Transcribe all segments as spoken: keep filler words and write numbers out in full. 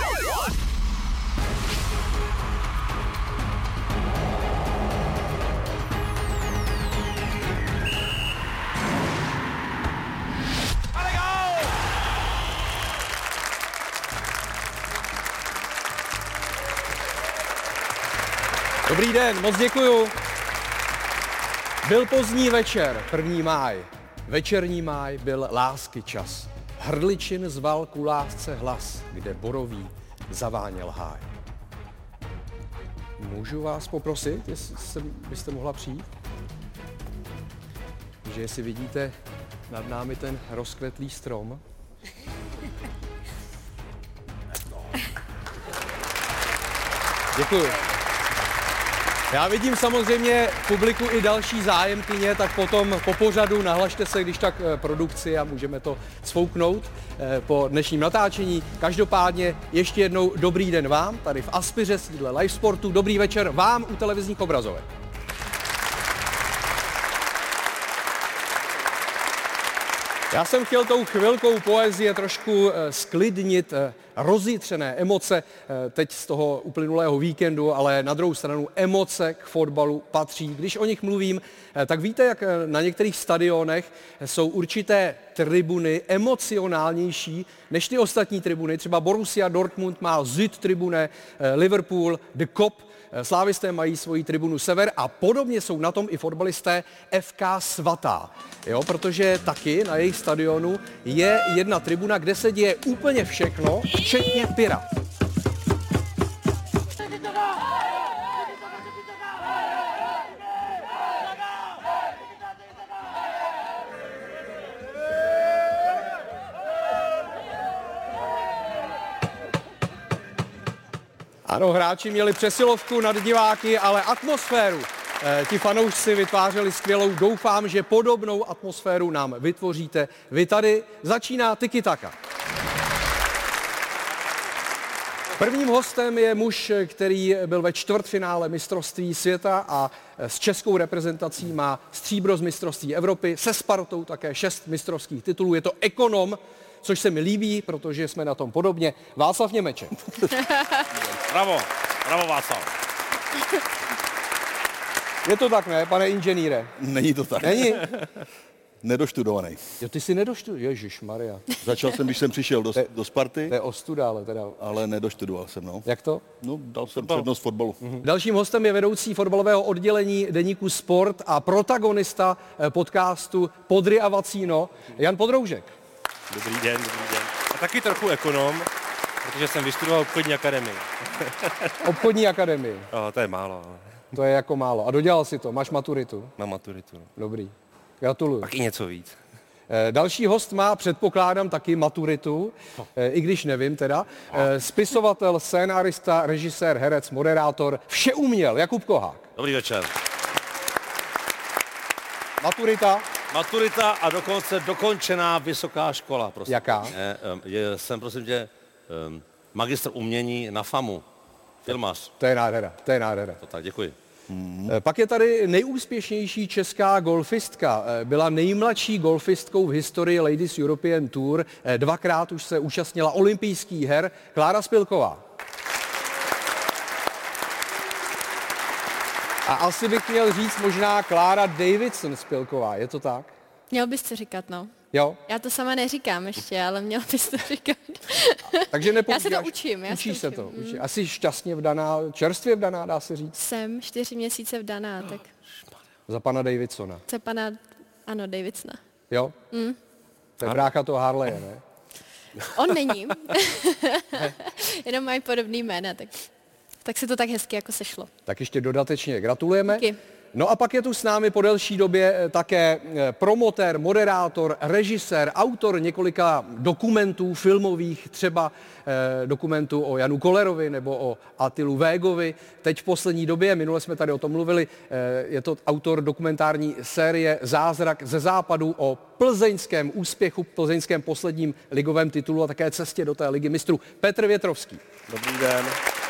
Dobrý den, moc děkuju. Byl pozdní večer, první máj. Večerní máj byl lásky čas. Hrdličin zval ku lásce hlas, kde borový zaváněl háj. Můžu vás poprosit, jestli byste mohla přijít? Že jestli vidíte nad námi ten rozkvetlý strom. Děkuju. Já vidím samozřejmě v publiku i další zájemkyně, tak potom po pořadu nahlašte se, když tak produkci a můžeme to sfouknout po dnešním natáčení. Každopádně ještě jednou dobrý den vám, tady v Aspiře, sídle Live Sportu. Dobrý večer vám u televizních obrazovek. Já jsem chtěl tou chvilkou poezie trošku sklidnit rozjitřené emoce teď z toho uplynulého víkendu, ale na druhou stranu emoce k fotbalu patří. Když o nich mluvím, tak víte, jak na některých stadionech jsou určité tribuny emocionálnější než ty ostatní tribuny. Třeba Borussia Dortmund má Südtribune, Liverpool, The Kop, Slávisté mají svoji tribunu Sever a podobně jsou na tom i fotbalisté F K Svatá. Jo, protože taky na jejich stadionu je jedna tribuna, kde se děje úplně všechno, včetně Pirat. Ano, hráči měli přesilovku nad diváky, ale atmosféru eh, ti fanoušci vytvářeli skvělou. Doufám, že podobnou atmosféru nám vytvoříte vy tady. Začíná Tiki Taka. Prvním hostem je muž, který byl ve čtvrtfinále mistrovství světa a s českou reprezentací má stříbro z mistrovství Evropy, se Spartou také šest mistrovských titulů. Je to ekonom, což se mi líbí, protože jsme na tom podobně. Václav Němeček. Bravo, bravo Václav. Je to tak, ne, pane inženýre? Není to tak. Není? Nedoštudovaný. Jo, ty si nedoštudoval, ježišmarja. Začal jsem, když jsem přišel do, Te, do Sparty. To je ostuda, ale teda. Ale nedoštudoval jsem, no. Jak to? No, dal jsem přednost fotbalu. Mhm. Dalším hostem je vedoucí fotbalového oddělení deníku Sport a protagonista podcastu Podry a Vacíno, Jan Podroužek. Dobrý den, dobrý den. A taky trochu ekonom, protože jsem vystudoval obchodní akademii. Obchodní akademii. O, to je málo. To je jako málo. A dodělal si to, máš maturitu? Mám maturitu. Dobrý. Gratuluju. Pak i něco víc. Další host má, předpokládám, taky maturitu, i když nevím teda. Spisovatel, scénárista, režisér, herec, moderátor, vše uměl, Jakub Kohák. Dobrý večer. Maturita? Maturita a dokonce dokončená vysoká škola. Prosím. Jaká? Je, je, jsem, prosím tě, magistr umění na FAMu. Filmař. To je nádhera, to je nádhera. To tak, děkuji. Hmm. Pak je tady nejúspěšnější česká golfistka. Byla nejmladší golfistkou v historii Ladies European Tour. Dvakrát už se účastnila olympijských her. Klára Spilková. A asi bych měl říct možná Klára Davidson Spilková. Je to tak? Měl bys to říkat, no. Jo? Já to sama neříkám ještě, ale měl bys to říkat. Takže nepoužíváš, já se to učím. Já učíš se, se to. učím. Asi šťastně vdaná, čerstvě vdaná, dá se říct. Jsem čtyři měsíce vdaná, tak. Za pana Davidsona. Za pana, ano, Davidsona. Jo? Mm. To je brácha toho Harleje, ne? On není. Jenom mají podobný jména, tak, tak se to tak hezky jako sešlo. Tak ještě dodatečně gratulujeme. Díky. No a pak je tu s námi po delší době také promotér, moderátor, režisér, autor několika dokumentů filmových, třeba eh, dokumentů o Janu Kolerovi nebo o Attilu Végovi. Teď v poslední době, minule jsme tady o tom mluvili, eh, je to autor dokumentární série Zázrak ze západu o plzeňském úspěchu, plzeňském posledním ligovém titulu a také cestě do té ligy mistrů. Petr Větrovský. Dobrý den.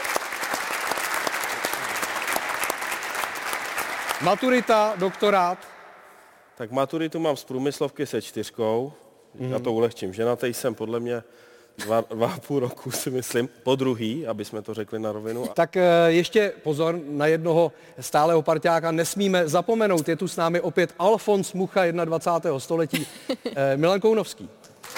Maturita, doktorát. Tak maturitu mám z průmyslovky se čtyřkou, mm-hmm. Já to ulehčím, ženatý jsem podle mě Dva, dva a půl roku si myslím, po druhý, aby jsme to řekli na rovinu. Tak ještě pozor na jednoho stálého parťáka, nesmíme zapomenout, je tu s námi opět Alfons Mucha dvacátého prvního století, Milan Kounovský.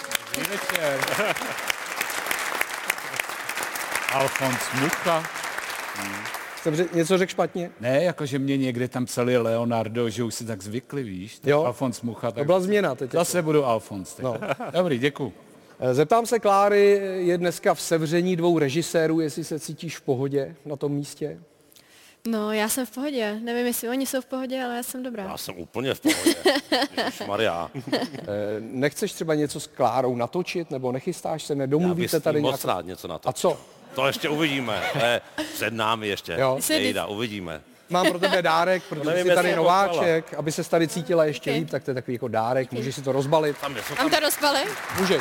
Alfons Mucha. Jsem řek, něco řekl špatně? Ne, jakože mě někde tam psali Leonardo, že už si tak zvykli, víš? Jo. Alfons Mucha. To byla změna teď. Zase budu Alfons. No. Dobrý, děkuju. Zeptám se Kláry, je dneska v sevření dvou režisérů, jestli se cítíš v pohodě na tom místě? No, já jsem v pohodě. Nevím, jestli oni jsou v pohodě, ale já jsem dobrá. Já jsem úplně v pohodě. Ježišmarja. Nechceš třeba něco s Klárou natočit, nebo nechystáš se, nedomluvíte tady moc nějak... rád něco na to. A co? To ještě uvidíme. To je před námi ještě. Jo. Jejda, uvidíme. Mám pro tebe dárek, protože nevím, jsi tady jestli nováček, aby se tady cítila ještě Okay. líp, tak to je takový jako dárek, můžeš si to rozbalit. Tam je, co Mám tam? to rozbalit? Můžeš.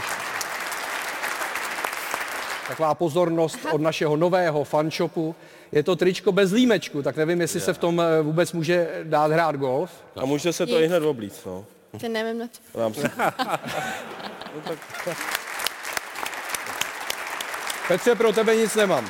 Taková pozornost od našeho nového fanshopu. Je to tričko bez límečku, tak nevím, jestli se v tom vůbec může dát hrát golf. A může se to i hned oblíct, no. Ty nevím na to. Dám si. Petře, pro tebe nic nemám.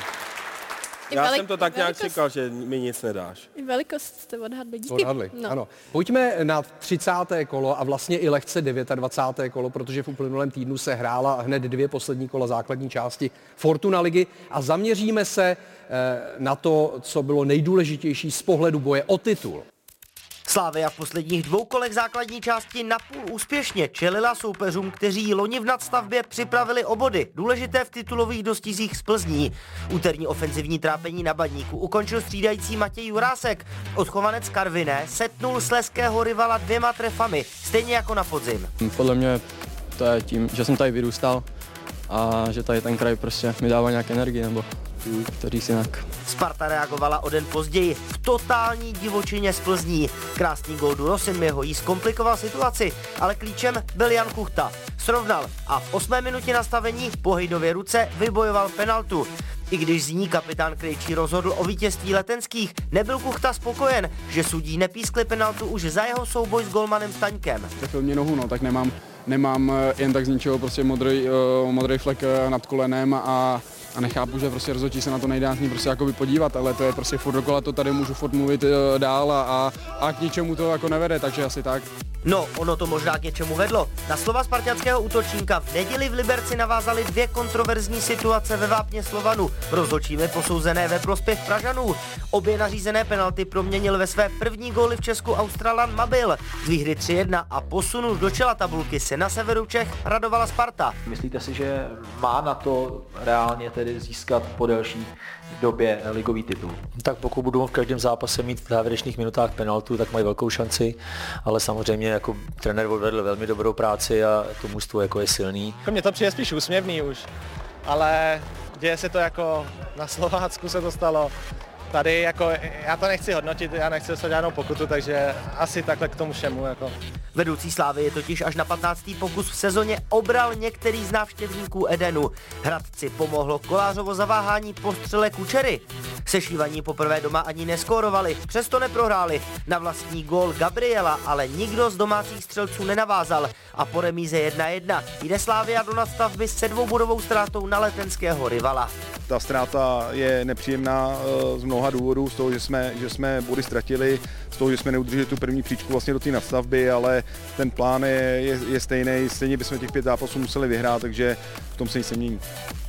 I Já velik- jsem to tak nějak velikost- čekal, že mi nic nedáš. I velikost jste odhadli. Díky. Odhadli, No. ano. Pojďme na třicáté kolo a vlastně i lehce dvacáté devátého kolo, protože v uplynulém týdnu se hrála hned dvě poslední kola základní části Fortuna ligy a zaměříme se eh, na to, co bylo nejdůležitější z pohledu boje o titul. Slavia v posledních dvou kolech základní části napůl úspěšně čelila soupeřům, kteří loni v nadstavbě připravili o body, důležité v titulových dostizích z Plzní. Úterní ofenzivní trápení na Baníku ukončil střídající Matěj Jurásek. Odchovanec Karviné setnul slezského rivala dvěma trefami, stejně jako na podzim. Podle mě to je tím, že jsem tady vyrůstal a že tady ten kraj prostě mi dává nějaké energii, nebo který si jinak. Sparta reagovala o den později v totální divočině z Plzní. Krásný gól Durosin jeho jí zkomplikoval situaci, ale klíčem byl Jan Kuchta. Srovnal a v osmé minutě nastavení po Hejdově ruce vybojoval penaltu. I když z ní kapitán Krejčí rozhodl o vítězství letenských, nebyl Kuchta spokojen, že sudí nepískli penaltu už za jeho souboj s golmanem Staňkem. Trefil mě nohu, no, tak nemám, nemám jen tak z ničeho prostě modrý, uh, modrý flek nad kolenem a A nechápu, že prostě rozhodčí se na to nejdá ní prostě jakoby podívat, ale to je prostě furt dokola, to tady můžu furt mluvit uh, dál a, a, a k ničemu to jako nevede, takže asi tak. No, ono to možná k něčemu vedlo. Na slova spartanského útočníka v neděli v Liberci navázaly dvě kontroverzní situace ve vápně Slovanu, rozhodčími posouzené ve prospěch Pražanů. Obě nařízené penalty proměnil ve své první góly v Česku Australan Mabil. Z výhry tři jedna a posunu do čela tabulky se na severu Čech radovala Sparta. Myslíte si, že má na to reálně tedy získat po delší době ligový titul? Tak pokud budou v každém zápase mít v závěrečných minutách penaltu, tak mají velkou šanci, ale samozřejmě jako trenér odvedl velmi dobrou práci a to mužstvo jako je silný. Mně to přijde spíš úsměvný už, ale děje se to jako na Slovácku se to stalo. Tady jako, já to nechci hodnotit, já nechci dostat žádnou pokutu, takže asi takhle k tomu všemu. Jako. Vedoucí Slávy je totiž až na patnáctý pokus v sezóně obral některý z návštěvníků Edenu. Hradci pomohlo Kolářovo zaváhání po střele Kučery. Sešívaní poprvé doma ani neskórovali, přesto neprohráli. Na vlastní gól Gabriela ale nikdo z domácích střelců nenavázal a po remíze jedna jedna jde Slavia do nadstavby se dvoubodovou ztrátou na letenského rivala. Ta ztráta je nepříjemná z mnoha důvodů, z toho, že jsme, že jsme body ztratili, z toho, že jsme neudrželi tu první příčku vlastně do té nadstavby, ale ten plán je, je, je stejný, stejně bychom těch pět zápasů museli vyhrát, takže v tom se nic nemění.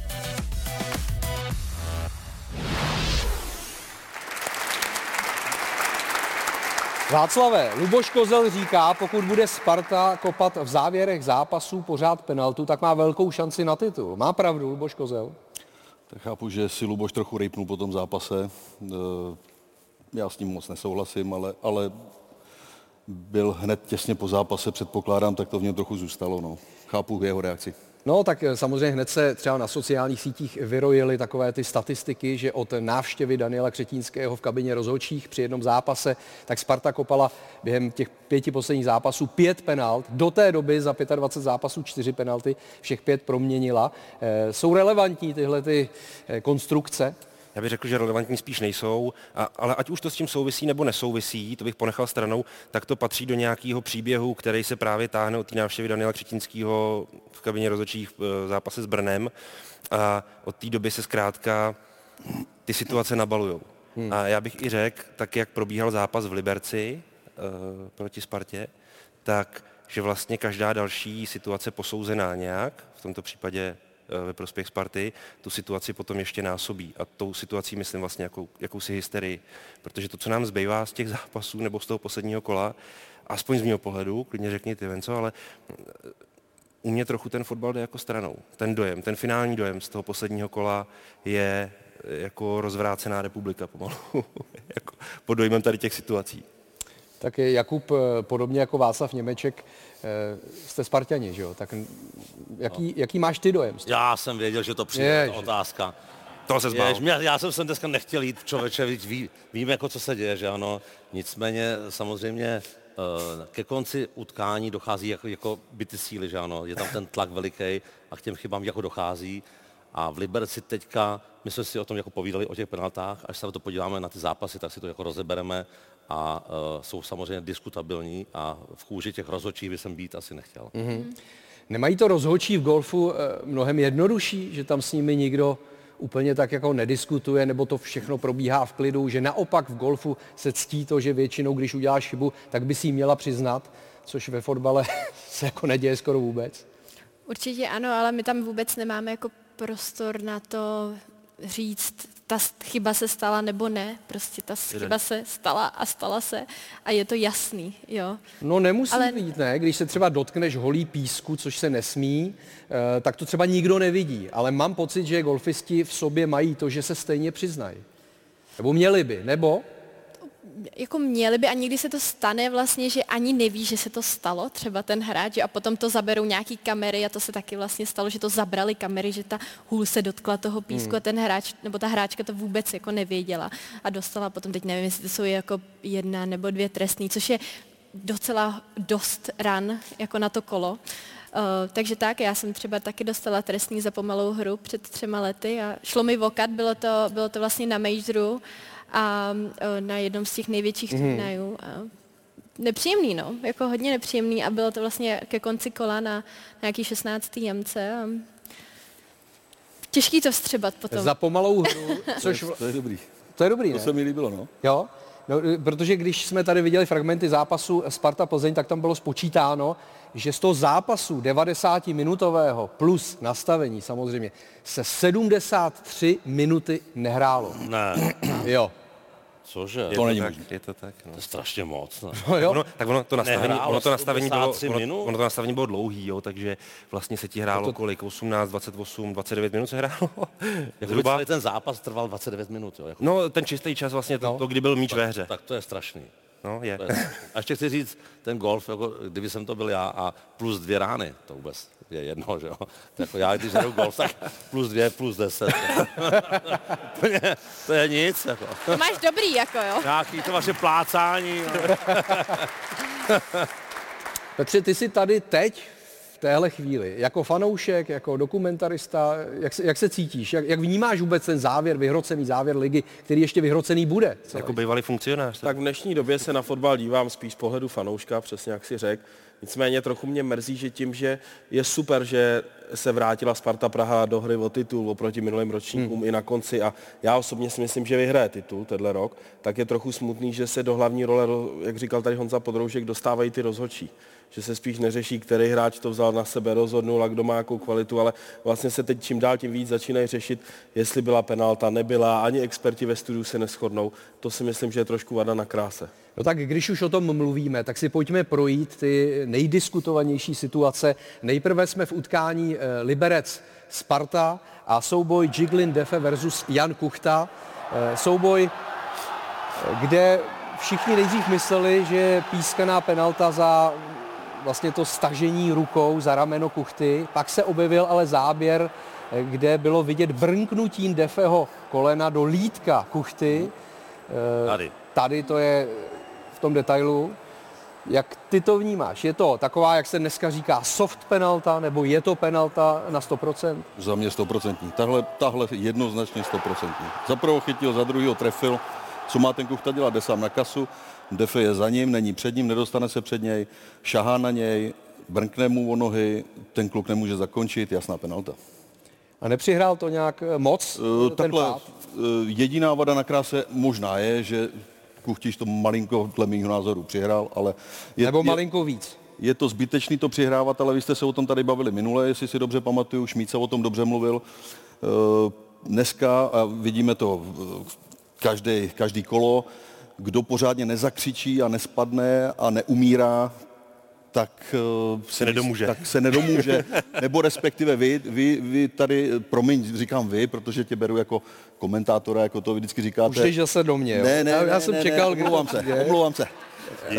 Václave, Luboš Kozel říká, pokud bude Sparta kopat v závěrech zápasů pořád penaltu, tak má velkou šanci na titul. Má pravdu Luboš Kozel? Tak chápu, že si Luboš trochu rejpnul po tom zápase. Já s ním moc nesouhlasím, ale, ale byl hned těsně po zápase, předpokládám, tak to v něm trochu zůstalo. No. Chápu jeho reakci. No tak samozřejmě hned se třeba na sociálních sítích vyrojily takové ty statistiky, že od návštěvy Daniela Křetínského v kabině rozhodčích při jednom zápase, tak Sparta kopala během těch pěti posledních zápasů pět penalt. Do té doby za dvacet pět zápasů čtyři penalty, všech pět proměnila. E, jsou relevantní tyhle ty konstrukce? já bych řekl, že relevantní spíš nejsou, a, ale ať už to s tím souvisí nebo nesouvisí, to bych ponechal stranou, tak to patří do nějakého příběhu, který se právě táhne od té návštěvy Daniela Křetínského v kabině rozhodčích v zápase s Brnem a od té doby se zkrátka ty situace nabalujou. Hmm. A já bych i řekl, tak jak probíhal zápas v Liberci uh, proti Spartě, tak že vlastně každá další situace posouzená nějak, v tomto případě uh, ve prospěch Sparty, tu situaci potom ještě násobí. A tou situací myslím vlastně jakou, jakousi hysterii. Protože to, co nám zbývá z těch zápasů nebo z toho posledního kola, aspoň z mého pohledu, klidně řekni ty, Venco, ale u mě trochu ten fotbal jde jako stranou. Ten dojem, ten finální dojem z toho posledního kola je jako rozvrácená republika pomalu, jako pod dojmem tady těch situací. Tak Jakub, podobně jako Václav Němeček, jste Sparťani, že jo? Tak jaký, no. jaký máš ty dojem? Já jsem věděl, že to přijde, ta otázka. To se zbál. Já, já jsem sem dneska nechtěl jít, člověče, ví, víme, jako co se děje, že ano. Nicméně samozřejmě ke konci utkání dochází jako, jako byty síly, že ano. Je tam ten tlak veliký a k těm chybám jako dochází. A v Liberci teďka, my jsme si o tom jako povídali, o těch penaltách, až se na to podíváme na ty zápasy, tak si to jako rozebereme a uh, jsou samozřejmě diskutabilní a v kůži těch rozhodčích by jsem být asi nechtěl. Mm-hmm. Nemají to rozhodčí v golfu eh, mnohem jednodušší, že tam s nimi nikdo úplně tak jako nediskutuje, nebo to všechno probíhá v klidu, že naopak v golfu se ctí to, že většinou, když uděláš chybu, tak by si ji měla přiznat, což ve fotbale se jako neděje skoro vůbec. Určitě ano, ale my tam vůbec nemáme jako prostor na to říct, ta chyba se stala nebo ne, prostě ta chyba se stala a stala se a je to jasný, jo. No nemusí ale... být, ne, když se třeba dotkneš holí písku, což se nesmí, tak to třeba nikdo nevidí, ale mám pocit, že golfisti v sobě mají to, že se stejně přiznají. Nebo měli by, nebo? Jako měli by a někdy se to stane vlastně, že ani neví, že se to stalo, třeba ten hráč, a potom to zaberou nějaký kamery a to se taky vlastně stalo, že to zabrali kamery, že ta hůl se dotkla toho písku hmm. a ten hráč, nebo ta hráčka to vůbec jako nevěděla a dostala potom, teď nevím, jestli to jsou jako jedna nebo dvě trestný, což je docela dost ran jako na to kolo. Uh, takže tak, já jsem třeba taky dostala trestný za pomalou hru před třema lety a šlo mi vokat, bylo to, bylo to vlastně na majoru a uh, na jednom z těch největších mm. turnajů. A nepříjemný, no, jako hodně nepříjemný a bylo to vlastně ke konci kola na, na nějaký šestnáctý jamce. A těžký to vstřebat potom. Za pomalou hru, což... To je dobrý. To je dobrý, To ne? se mi líbilo, no. Jo? No, protože když jsme tady viděli fragmenty zápasu Sparta-Plzeň, tak tam bylo spočítáno, že z toho zápasu devadesáti-minutového plus nastavení samozřejmě se sedmdesát tři minuty nehrálo. Ne. Jo. Cože? Je to, to není tak, je to tak. No. To je strašně moc. Ne? No, jo. Ono, tak ono to nastavení, Nehrálo ono to nastavení bylo, ono, ono to to nastavení bylo dlouhý, jo, takže vlastně se ti hrálo to... kolik? osmnáct, dvacet osm, dvacet devět minut se hrálo? Jako celý ten zápas trval dvacet devět minut, jo? Jako... No, ten čistý čas vlastně, to, no. to kdy byl míč tak, ve hře. Tak to je strašný. No, je. je strašný. A ještě chci říct, ten golf, jako, kdyby jsem to byl já a plus dvě rány, to vůbec je jedno, že jo. Jako já, když hraju golf, tak plus dvě, plus deset. To je nic. Jako. To máš dobrý, jako jo. Nějaký to vaše plácání. Petře, ty jsi tady teď, v téhle chvíli, jako fanoušek, jako dokumentarista, jak se, jak se cítíš? Jak, jak vnímáš vůbec ten závěr, vyhrocený závěr ligy, který ještě vyhrocený bude? Celý. Jako bývalý funkcionář. Tak v dnešní době se na fotbal dívám spíš z pohledu fanouška, přesně jak si řekl. Nicméně trochu mě mrzí, že tím, že je super, že se vrátila Sparta Praha do hry o titul oproti minulým ročníkům hmm. i na konci a já osobně si myslím, že vyhraje titul tenhle rok, tak je trochu smutný, že se do hlavní role, jak říkal tady Honza Podroušek, dostávají ty rozhodčí. Že se spíš neřeší, který hráč to vzal na sebe, rozhodnul a kdo má jakou kvalitu, ale vlastně se teď čím dál tím víc začínají řešit, jestli byla penalta, nebyla, ani experti ve studiu se neshodnou. To si myslím, že je trošku vada na kráse. No tak když už o tom mluvíme, tak si pojďme projít ty nejdiskutovanější situace. Nejprve jsme v utkání Liberec Sparta a souboj Jiglin Defe versus Jan Kuchta. Souboj, kde všichni nejdřív mysleli, že je pískaná penalta za vlastně to stažení rukou za rameno Kuchty. Pak se objevil ale záběr, kde bylo vidět brnknutí Defeho kolena do lítka Kuchty. Tady. Tady to je v tom detailu. Jak ty to vnímáš? Je to taková, jak se dneska říká, soft penalta, nebo je to penalta na sto procent? Za mě sto procent. Tahle, tahle jednoznačně sto procent. Za prvého chytil, za druhého trefil. Co má ten Kuchta dělat? Jde sám na kasu, Defe je za ním, není před ním, nedostane se před něj, šahá na něj, brnkne mu o nohy, ten kluk nemůže zakončit, jasná penalta. A nepřihrál to nějak moc, uh, ten takhle, pád? Uh, jediná vada na kráse možná je, že Kuchtič to malinko dle mýho názoru přihrál, ale... Je, Nebo je, malinko víc. Je to zbytečný to přihrávat, ale vy jste se o tom tady bavili minule, jestli si dobře pamatuju, Šmídsa o tom dobře mluvil. Uh, dneska, a vidíme to každý, každý kolo, kdo pořádně nezakřičí a nespadne a neumírá, tak se nedomůže. Tak se nedomůže. Nebo respektive vy, vy, vy tady, promiň, říkám vy, protože tě beru jako komentátora, jako to vy vždycky říkáte. Už jdeš zase do mě, jo? Ne, ne, já, ne, já jsem ne, čekal, ne, omlouvám se, omlouvám se. Uh,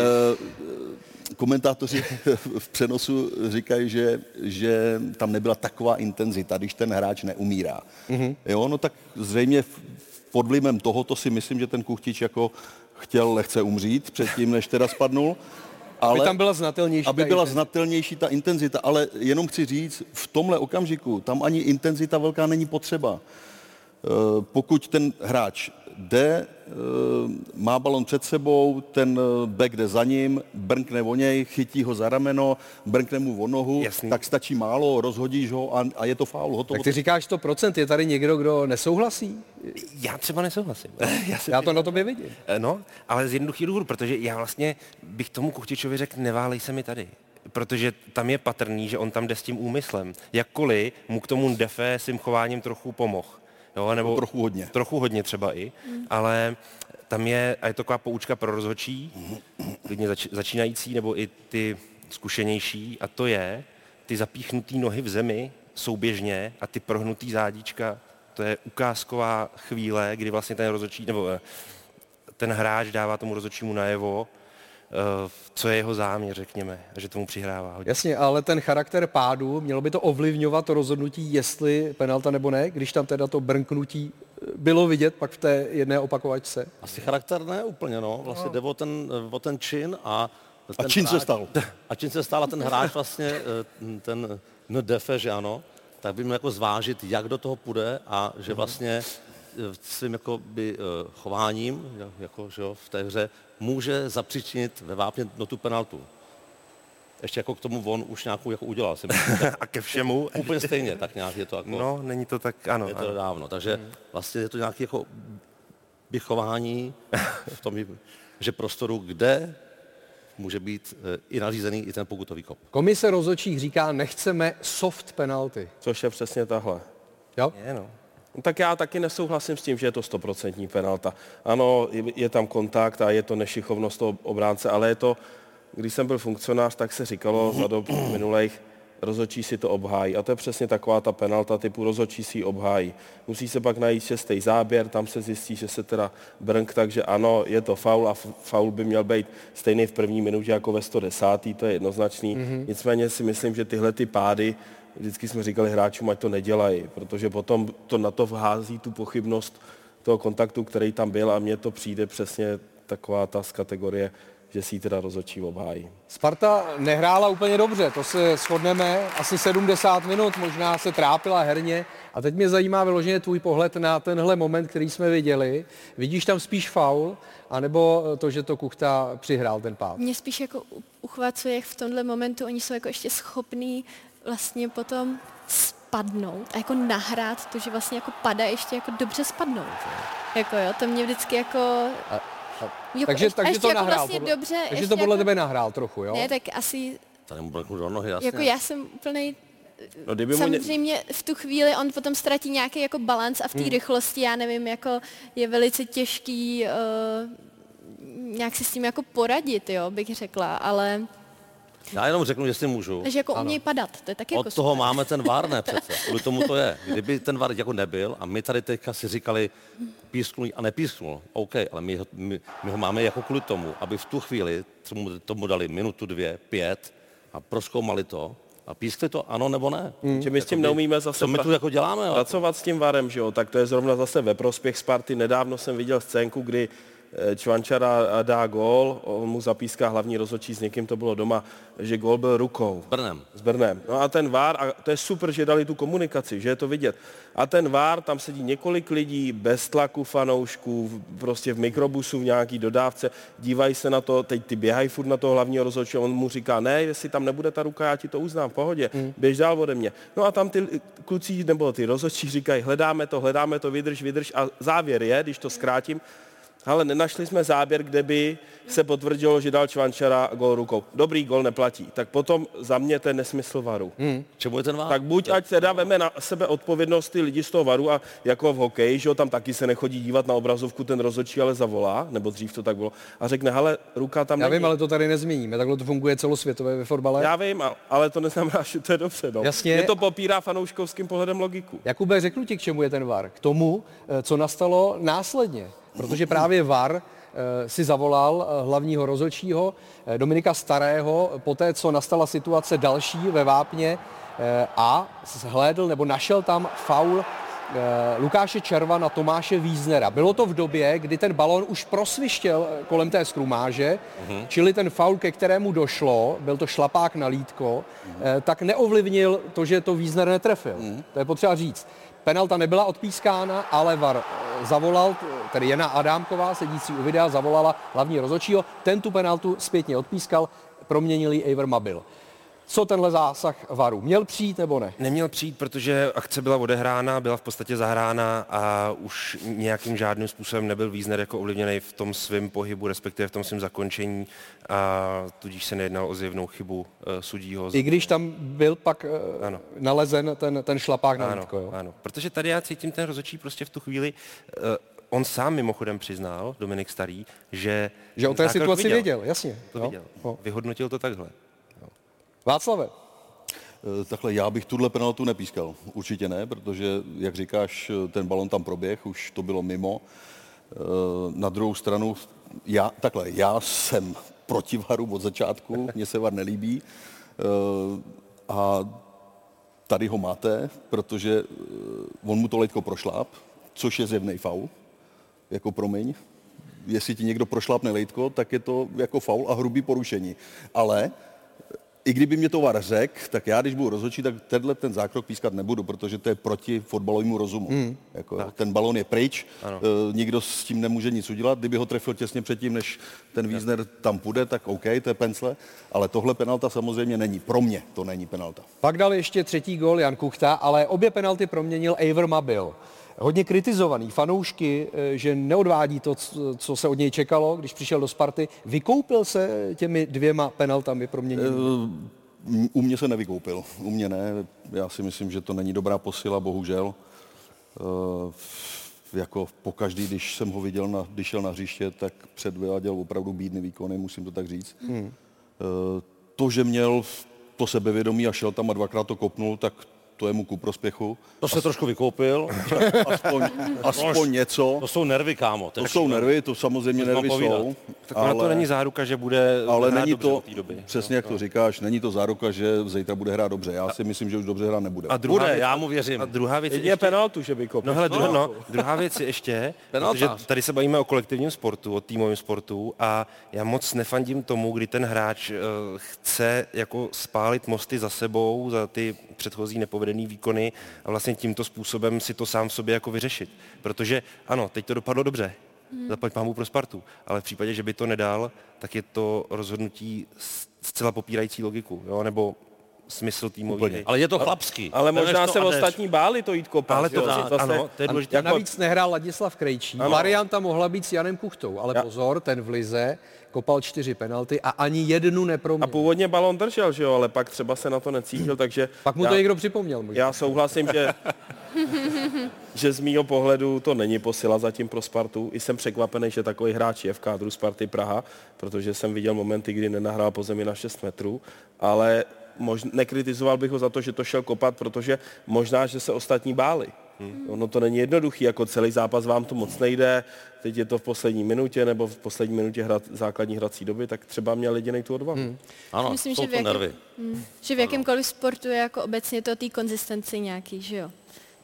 komentátoři v přenosu říkají, že, že tam nebyla taková intenzita, když ten hráč neumírá. Mm-hmm. Jo, no tak zřejmě pod vlivem tohoto si myslím, že ten Kuchtič jako chtěl lehce umřít předtím, než teda spadnul. Ale, aby tam byla znatelnější. Aby byla znatelnější ta intenzita, ale jenom chci říct, v tomhle okamžiku tam ani intenzita velká není potřeba. Pokud ten hráč jde, má balon před sebou, ten back jde za ním, brnkne o něj, chytí ho za rameno, brnkne mu o nohu, Jasný. tak stačí málo, rozhodíš ho a, a je to faul. Hotovo. Tak ty říkáš sto procent, je tady někdo, kdo nesouhlasí? Já třeba nesouhlasím. já, já to na tobě vidím. No, ale z jednoduchých důvodů, protože já vlastně bych tomu Kuchtičovi řekl, neválej se mi tady. Protože tam je patrný, že on tam jde s tím úmyslem. Jakkoliv mu k tomu Defe svým chováním trochu pomohl. Jo, nebo trochu hodně. Trochu hodně třeba i, mm. ale tam je, a je to taková poučka pro rozhodčí, klidně zač, začínající, nebo i ty zkušenější, a to je ty zapíchnutý nohy v zemi souběžně a ty prohnutý zádíčka, to je ukázková chvíle, kdy vlastně ten rozhodčí, nebo ten hráč dává tomu rozhodčímu najevo, co je jeho záměr, řekněme, že tomu přihrává hodně. Jasně, ale ten charakter pádu, mělo by to ovlivňovat to rozhodnutí, jestli penalta nebo ne, když tam teda to brnknutí bylo vidět pak v té jedné opakovačce? Asi charakter ne úplně, no. Vlastně no. jde o ten, o ten čin a... Ten a čin hráč, se stal. A čin se stal a ten hráč vlastně, ten Defe, že ano, tak by měl jako zvážit, jak do toho půjde a že vlastně svým jakoby chováním, jako, že jo, v té hře, může zapříčinit ve vápně no, tu penaltu. Ještě jako k tomu on už nějakou jako udělal. Si a ke všemu? Úplně stejně, tak nějak je to jako... No, není to tak, ano. Je to ano. dávno, takže hmm. vlastně je to nějaké jako vychování v tom, že prostoru, kde může být i nařízený i ten pokutový kop. Komise rozhodčích říká, nechceme soft penalty. Což je přesně tahle. Jo? Je, no. Tak já taky nesouhlasím s tím, že je to stoprocentní penalta. Ano, je tam kontakt a je to nešikovnost toho obránce, ale je to, když jsem byl funkcionář, tak se říkalo za dob minulejch, rozhodčí si to obhájí. A to je přesně taková ta penalta typu rozhodčí si ji obhájí. Musí se pak najít šestý záběr, tam se zjistí, že se teda brnk, takže ano, je to faul a faul by měl být stejný v první minutě jako ve sto desátý, to je jednoznačný. Mm-hmm. Nicméně si myslím, že tyhle ty pády, vždycky jsme říkali hráčům, ať to nedělají, protože potom to na to vhází tu pochybnost toho kontaktu, který tam byl a mně to přijde přesně taková ta z kategorie, že si ji teda rozhodčí obhájí. Sparta nehrála úplně dobře, to se shodneme, asi sedmdesát minut, možná se trápila herně. A teď mě zajímá vyloženě tvůj pohled na tenhle moment, který jsme viděli. Vidíš tam spíš faul, anebo to, že to Kuchta přihrál ten pád? Mě spíš jako uchvacuje, jak v tomhle momentu oni jsou jako ještě schopní vlastně potom spadnout a jako nahrát to, že vlastně jako padá ještě jako dobře spadnout. Jako jo, to mě vždycky jako... A... Jo, takže ještě, takže ještě to jako nahrál. Vlastně podle, dobře, takže to podle jako, tebe nahrál trochu, jo? Ne, tak asi... Tady mu brknu do nohy, jasně. Jako já jsem úplnej... No, kdyby samozřejmě ne... v tu chvíli on potom ztratí nějaký jako balans a v té hmm. rychlosti, já nevím, jako je velice těžký uh, nějak si s tím jako poradit, jo, bych řekla, ale... Já jenom řeknu, jestli můžu. Takže jako umějí padat, to je taky Od jako toho super. máme ten VAR, ne přece. Kvůli tomu to je. Kdyby ten VAR jako nebyl a my tady teďka si říkali písknul a nepísknul, OK, ale my ho, my, my ho máme jako kvůli tomu, aby v tu chvíli tomu, tomu dali minutu, dvě, pět a prozkoumali to a pískli to ano nebo ne. Hmm. Že my s tím neumíme zase co my tu jako děláme, pracovat s tím VARem, že jo, tak to je zrovna zase ve prospěch Sparty. Nedávno jsem viděl scénku, kdy Čvančara dá gól, on mu zapíská hlavní rozhodčí, s někým to bylo doma, že gól byl rukou. S Brnem. S Brnem. No a ten V A R, a to je super, že dali tu komunikaci, že je to vidět. A ten V A R, tam sedí několik lidí, bez tlaku fanoušků, prostě v mikrobusu, v nějaký dodávce, dívají se na to, teď ty běhají furt na toho hlavního rozhodčího, on mu říká, ne, jestli tam nebude ta ruka, já ti to uznám, v pohodě, mm. běž dál ode mě. No a tam ty kluci, nebo ty rozhodčí říkají, hledáme to, hledáme to, vydrž, vydrž a závěr je, když to zkrátím, ale nenašli jsme záběr, kde by se potvrdilo, že dal Čvančara gól rukou. Dobrý gól neplatí. Tak potom za mě ten nesmysl varu. Hmm. Čemu je ten vár? Tak buď ať teda veme na sebe odpovědnost ty lidi z toho varu a jako v hokeji, že jo, tam taky se nechodí dívat na obrazovku ten rozhodčí, ale zavolá, nebo dřív to tak bylo, a řekne, hele, ruka tam Já není. vím, ale to tady nezmíníme. Takhle to funguje celosvětově ve fotbale. Já vím, ale to neznamená, že to je dobře. No. Jasně. Mě to popírá fanouškovským pohledem logiku. Jakube, řeknu ti, k čemu je ten V A R. K tomu, co nastalo následně. Protože právě V A R si zavolal hlavního rozhodčího Dominika Starého poté, co nastala situace další ve Vápně a zhlédl nebo našel tam faul Lukáše Červa na Tomáše Víznera. Bylo to v době, kdy ten balón už prosvištěl kolem té skrumáže, uh-huh. čili ten faul, ke kterému došlo, byl to šlapák na lítko, uh-huh. tak neovlivnil to, že to Vízner netrefil. Uh-huh. To je potřeba říct. Penalta nebyla odpískána, ale V A R zavolal, tedy Jana Adámková, sedící u videa, zavolala hlavní rozhodčího. Ten tu penaltu zpětně odpískal, proměnil ji Eivor Mabil. Co tenhle zásah V A R u? Měl přijít nebo ne? Neměl přijít, protože akce byla odehrána, byla v podstatě zahrána a už nějakým žádným způsobem nebyl Vízner jako ovlivněný v tom svém pohybu, respektive v tom svém zakončení, a tudíž se nejednalo o zjevnou chybu uh, sudího. I když tam byl pak uh, ano. nalezen ten, ten šlapák na ano, lítko, jo? Ano, protože tady já cítím ten rozhodčí prostě v tu chvíli, uh, on sám mimochodem přiznal, Dominik Starý, že... Že o té situaci viděl, věděl jasně. To no? viděl. No. Vyhodnotil to takhle. Václave. Takhle, já bych tuhle penaltu nepískal. Určitě ne, protože, jak říkáš, ten balon tam proběh, už to bylo mimo. Na druhou stranu, já, takhle, já jsem proti V A R u od začátku, mně se V A R nelíbí. A tady ho máte, protože on mu to lejtko prošláp, což je zjevnej faul, jako promiň. Jestli ti někdo prošlápne lejtko, tak je to jako faul a hrubý porušení. Ale i kdyby mě to V A R řekl, tak já, když budu rozhodčí, tak tenhle ten zákrok pískat nebudu, protože to je proti fotbalovému rozumu. Hmm. Jako, ten balón je pryč, e, nikdo s tím nemůže nic udělat. Kdyby ho trefil těsně předtím, než ten Vízner tam půjde, tak OK, to je pencle. Ale tohle penalta samozřejmě není. Pro mě to není penalta. Pak dal ještě třetí gól Jan Kuchta, ale obě penalty proměnil Eivor Mabil. Hodně kritizovaný fanoušky, že neodvádí to, co se od něj čekalo, když přišel do Sparty. Vykoupil se těmi dvěma penaltami proměněnými? U mě se nevykoupil. U mě ne. Já si myslím, že to není dobrá posila, bohužel. Jako pokaždý, když jsem ho viděl, na, když šel na hřiště, tak předváděl opravdu bídný výkony, musím to tak říct. Hmm. To, že měl to sebevědomí a šel tam a dvakrát to kopnul, tak to je mu ku prospěchu. To se As... trošku vykoupil. aspoň, aspoň něco. To jsou nervy, kámo. To, to jsou nervy, to samozřejmě nervy jsou. Tak ale to není záruka, že bude ale hrát není dobře to, do té doby. Přesně jak to říkáš, není to záruka, že zítra bude hrát dobře. Já si myslím, že už dobře hrát nebude. A druhá bude, věc, já mu věřím. A druhá věc je ještě... penaltu, že by kopil. No hele, dru... no, druhá věc je ještě, protože tady se bavíme o kolektivním sportu, o týmovém sportu a já moc nefandím tomu, kdy ten hráč uh, chce jako spálit mosty za sebou, za ty předchozí nepovedený výkony a vlastně tímto způsobem si to sám v sobě jako vyřešit. Protože ano, teď to dopadlo dobře, hmm. zaplať pámu pro Spartu, ale v případě, že by to nedal, tak je to rozhodnutí zcela popírající logiku, jo? Nebo smysl týmový. Ale je to chlapský. Ale možná se ostatní báli to jít kopat. Ale to, zase, ano, to je důležité. Jako... Navíc nehrál Ladislav Krejčí. Ano. Varianta mohla být s Janem Kuchtou, ale ja. pozor, ten v lize kopal čtyři penalty a ani jednu neproměnil. A původně balón držel, že jo, ale pak třeba se na to necítil, takže... Pak mu já, to někdo připomněl. Možná. Já souhlasím, že, že z mýho pohledu to není posila zatím pro Spartu. I jsem překvapený, že takový hráč je v kádru Sparty Praha, protože jsem viděl momenty, kdy nenahrál po zemi na šest metrů, ale možná, nekritizoval bych ho za to, že to šel kopat, protože možná, že se ostatní báli. Hmm. Ono to není jednoduchý, jako celý zápas vám to moc nejde, teď je to v poslední minutě nebo v poslední minutě hrat, základní hrací doby, tak třeba měl jedinej tu odvahu. Hmm. Ano, myslím, jsou že to jakém, nervy. Hmm, že v jakémkoliv sportu je jako obecně to té konzistenci nějaký, že jo?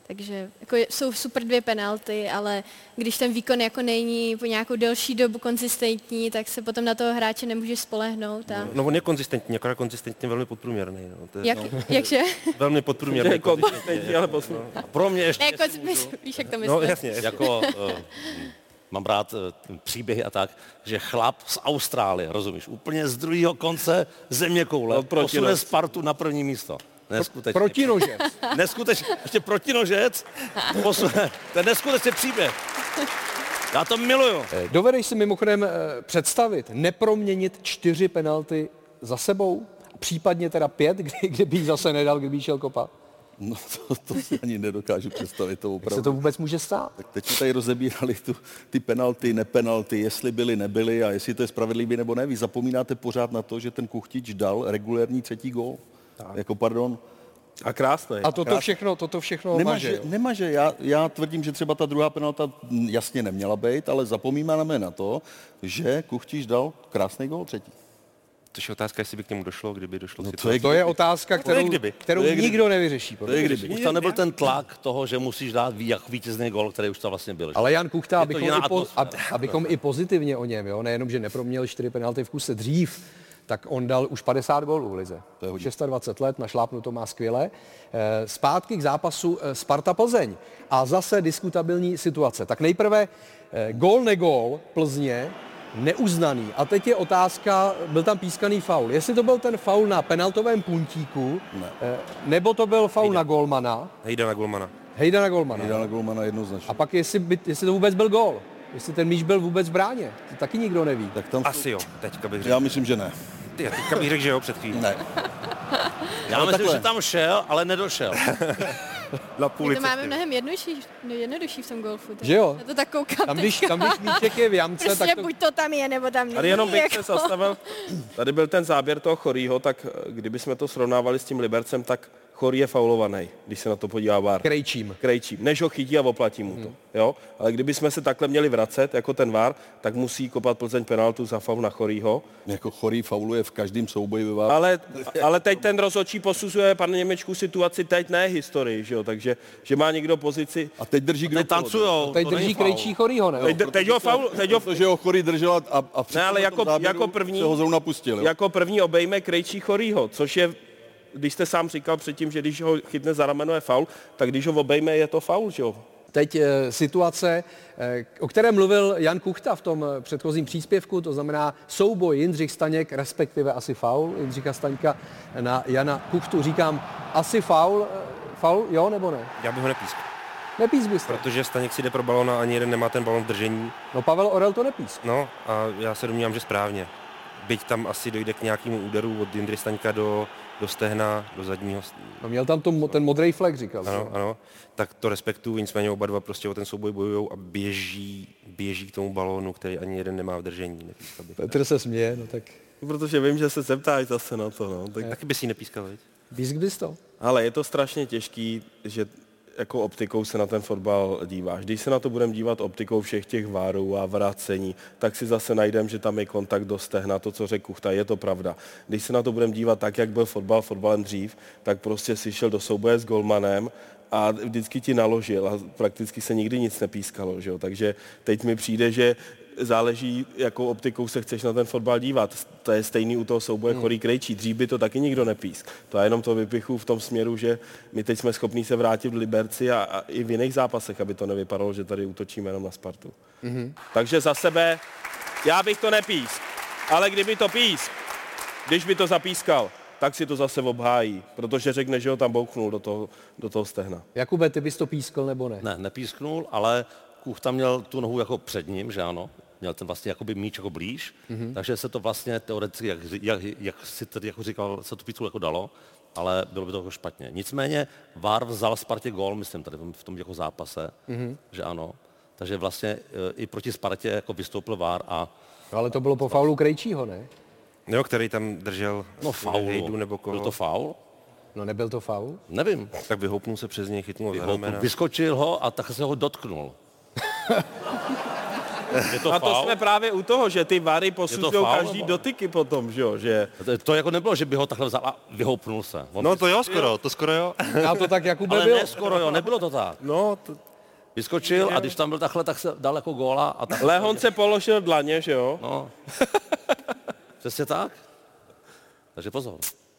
Takže jako jsou super dvě penalty, ale když ten výkon jako není po nějakou delší dobu konzistentní, tak se potom na toho hráče nemůžeš spolehnout. A... No on je konzistentní, akorát konzistentně velmi podprůměrný. No. To je, Jak, no. Jakže? Velmi podprůměrný. Konzistentní, ale podprůměrný. No, pro mě ještě... Ne, jako, víš, jak to myslíš? No jasně. Jako, uh, mám rád uh, příběhy a tak, že chlap z Austrálie, rozumíš, úplně z druhého konce země koule, posune Spartu na první místo. Neskutečně. Protinožec. Neskutečně. Ještě protinožec. Posune. To je neskutečně příběh. Já to miluju. Dovedeš si mimochodem představit, neproměnit čtyři penalty za sebou? Případně teda pět, kdy, kdyby zase nedal, kdyby šel kopat? No to, to si ani nedokážu představit, to opravdu. Jak se to vůbec může stát? Tak teď jsme tady rozebírali tu, ty penalty, nepenalty, jestli byly, nebyly a jestli to je spravedlivý nebo ne. Vy zapomínáte pořád na to, že ten Kuchtič dal regulérní třetí gól. Jako pardon. A krásný. A toto všechno, toto všechno nemaže. maže, Nemaže. Já, já tvrdím, že třeba ta druhá penalta jasně neměla být, ale zapomínáme na to, že Kuchtič dal krásný gól třetí. Což je otázka, jestli by k němu došlo, kdyby došlo no k to, je, to je otázka, kterou, to je kterou to je nikdo nevyřeší. To je kdyby. Už tam nebyl ten tlak toho, že musíš dát jak vítězný gól, který už tam vlastně byl. Ale Jan Kuchta, abychom i, po, ab, atmosféra. abychom i pozitivně o něm, jo? Nejenom, že neproměnil čtyři penalty v kuse dřív, tak on dal už padesát gólů v lize. dvacet šest let, našlápnuto má skvěle. Zpátky k zápasu Sparta Plzeň. A zase diskutabilní situace. Tak nejprve gól negól Plzně, neuznaný. A teď je otázka, byl tam pískaný faul. Jestli to byl ten faul na penaltovém puntíku, ne. nebo to byl faul Hejda. na golmana. Hejda na golmana. Hejda na golmana. Hejda na golmana jednoznačně. A pak jestli, by, jestli to vůbec byl gól. Jestli ten míč byl vůbec v bráně. To taky nikdo neví. Tak tam Asi jo, teďka bych řekl. Já myslím, že ne. Ty, teďka bych řekl, že jo, před chvílí. Ne. Já myslím, takhle. že tam šel, ale nedošel. Na půl My to máme mnohem jednodušší, jednodušší v tom golfu. Že jo? Já to tak koukám. Tam když, tam, když míček je v jamce, prostě tak to... buď to tam je, nebo tam není. Tady jenom bych jako... se zastavil. Tady byl ten záběr toho Chorýho, tak kdybychom to srovnávali s tím Libercem, tak Chorý je faulovaný, když se na to podívá V A R. Krejčím. Krejčím, než ho chytí a oplatí mu to. Hmm. Jo? Ale kdybychom se takhle měli vracet, jako ten V A R, tak musí kopat Plzeň penaltu za faul na Chorýho. Jako Chorý fauluje v každém souboji ve V A R. Ale, ale teď ten rozhodčí posuzuje, pan Němečku, situaci teď, ne historii, že jo? Takže, že má někdo pozici... A teď drží kdo tancujou. Teď drží Krejčí Chorýho, ne? Teď, teď ho faul... Teď ho... Protože ho Chorý držel a, a ne, ale jako, jako první... se ho zrovna pustil. Jo? Jako první obejme Krejčí Chorýho, což je... Když jste sám říkal předtím, že když ho chytne za rameno je faul, tak když ho obejme, je to faul, že jo? Teď e, situace, e, o které mluvil Jan Kuchta v tom předchozím příspěvku, to znamená souboj Jindřich Staněk, respektive asi faul Jindřicha Staňka na Jana Kuchtu. Říkám, asi faul, faul, jo nebo ne? Já bych ho nepískl. Nepísk byste. Protože Staněk si jde pro balón a ani jeden nemá ten balón v držení. No Pavel Orel to nepísk. No a já se domnívám, že správně. Byť tam asi dojde k nějakému úderu od Jindry Staňka do, do stehna, do zadního. No měl tam to, ten modrý flag, říkal. Ano, ano, tak to respektuju, nicméně oba dva prostě o ten souboj bojujou a běží, běží k tomu balónu, který ani jeden nemá v držení. Petr se směje, no tak... Protože vím, že se zeptáš zase na to, no. Tak... Taky by si nepískal, viď? Písk bys to. Ale je to strašně těžký, že jako optikou se na ten fotbal díváš. Když se na to budeme dívat optikou všech těch várů a vracení, tak si zase najdeme, že tam je kontakt do stehna, to, co řekl Kuchta, je to pravda. Když se na to budeme dívat tak, jak byl fotbal fotbalem dřív, tak prostě si šel do souboje s golmanem a vždycky ti naložil a prakticky se nikdy nic nepískalo. Že jo? Takže teď mi přijde, že záleží, jakou optikou se chceš na ten fotbal dívat. To je stejný u toho souboje hmm. Chorý Krejčí. Dřív by to taky nikdo nepísk. To já jenom to vypichu v tom směru, že my teď jsme schopní se vrátit v Liberci a, a i v jiných zápasech, aby to nevypadalo, že tady útočíme jenom na Spartu. Hmm. Takže za sebe, já bych to nepísk. Ale kdyby to písk, když by to zapískal, tak si to zase obhájí, protože řekne, že ho tam bouchnul do toho, do toho stehna. Jakube, ty bys to pískl nebo ne? Ne, nepísknul, ale Kuchta měl tu nohu jako před ním, že ano? Měl ten vlastně jakoby míč jako blíž, mm-hmm. takže se to vlastně teoreticky, jak, jak, jak si tady jako říkal, se to pískl jako dalo, ale bylo by to jako špatně. Nicméně V A R vzal Spartě gól, myslím, tady v tom jako zápase, mm-hmm. že ano. Takže vlastně i proti Spartě jako vystoupil V A R a... No, ale to bylo po faulu Krejčího, ne? Jo, který tam držel no, faul. Hejdu nebo koho. Byl to faul? No nebyl to faul? Nevím. Tak vyhoupnul se přes něj, chytnul ho za ramena. Vyskočil ho a tak se ho dotknul. Je to A to faul? jsme právě u toho, že ty vary posuzují faul, každý nebo? dotyky potom, že jo, že... To, to jako nebylo, že by ho takhle vzal a vyhoupnul se. On No to jo, skoro, to skoro jo. Já to tak Jakube Ale bylo. ne skoro jo, nebylo to tak. No, to... Vyskočil a když tam byl takhle, tak se dal jako góla. A tak... Lehonce položil dlaně, že jo? No. Přesně tak. Takže pozor.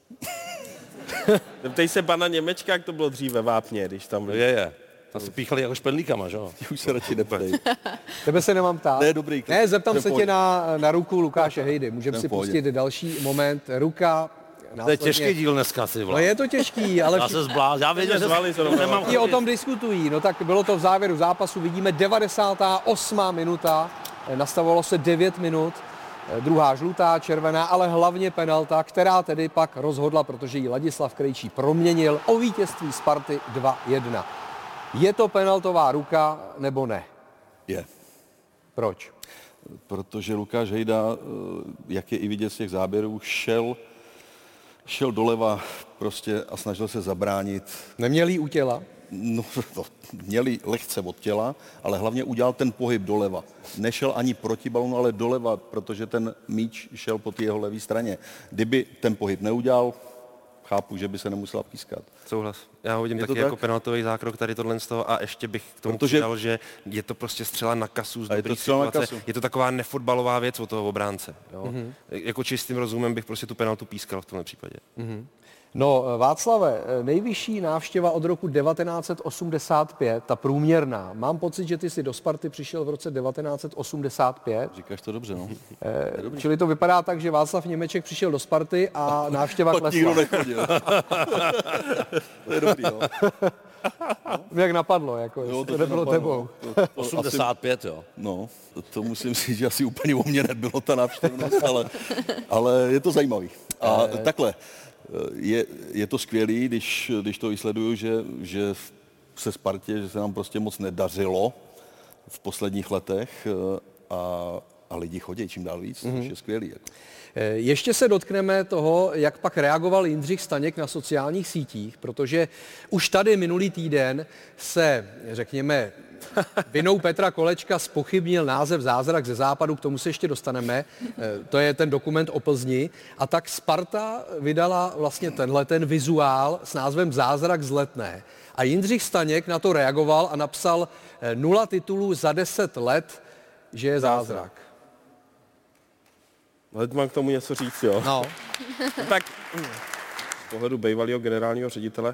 Zeptej se pana Němečka, jak to bylo dříve ve Vápně, když tam... No je, je. Tam se píchali jako špendlíkama, že jo? Už se radši neptej. Tebe se nemám ptát. Ne, dobrý. Ne, zeptám Jsem se tě pohodě. na, na ruku Lukáše Hejdy. Můžeme Jsem si pohodě. pustit další moment. Ruka. To je těžký díl dneska, si No vole. je to těžký, ale Já se zbláz, já věděl, že zvali že zrovna. nemám všichni o tom diskutují. No tak bylo to v závěru zápasu. Vidíme devadesátá osmá minuta. Nastavovalo se devět minut. Druhá žlutá, červená, ale hlavně penalta, která tedy pak rozhodla, protože ji Ladislav Krejčí proměnil o vítězství Sparty dva jedna. Je to penaltová ruka nebo ne? Je. Proč? Protože Lukáš Hejda, jak je i vidět z těch záběrů, šel, šel doleva prostě a snažil se zabránit. Neměl jí u těla? No, to měli lehce od těla, ale hlavně udělal ten pohyb doleva. Nešel ani proti balonu, ale doleva, protože ten míč šel po té jeho levé straně. Kdyby ten pohyb neudělal, chápu, že by se nemusela pískat. Souhlas. Já ho vidím Je to taky jako tak? penaltový zákrok tady tohle z toho a ještě bych k tomu Protože- přidal, že je to prostě střela na kasu z A je to dobrý střela na situace. kasu. Je to taková nefotbalová věc od toho obránce. Jo? Mhm. Mm-hmm. Jako čistým rozumem bych prostě tu penaltu pískal v tomhle případě. Mm-hmm. No, Václave, nejvyšší návštěva od roku devatenáct set osmdesát pět, ta průměrná. Mám pocit, že ty si do Sparty přišel v roce devatenáct set osmdesát pět. Říkáš to dobře, no. Eh, čili to vypadá tak, že Václav Němeček přišel do Sparty a návštěva Pak nikdo klesla. nechodil. To je dobrý, jo. Mě jak napadlo, jako, Jo, jestli to to tě nebylo napadlo. tebou. To- to osmdesát pět, jo. No, to, to musím říct, že asi úplně u mě nebylo ta návštěvnost, ale, ale je to zajímavý. A Eh. takhle, je, je to skvělý, když, když to i sleduju, že, že se Spartě, že se nám prostě moc nedařilo v posledních letech a, a lidi chodí čím dál víc, mm-hmm. což je skvělý. Jako. Ještě se dotkneme toho, jak pak reagoval Jindřich Staněk na sociálních sítích, protože už tady minulý týden se, řekněme, vinou Petra Kolečka zpochybnil název Zázrak ze západu, k tomu se ještě dostaneme, to je ten dokument o Plzni, a tak Sparta vydala vlastně tenhle ten vizuál s názvem Zázrak z Letné. A Jindřich Staněk na to reagoval a napsal nula titulů za deset let, že je zázrak. Ale mám k tomu něco říct, jo. No. No tak z pohledu bývalého generálního ředitele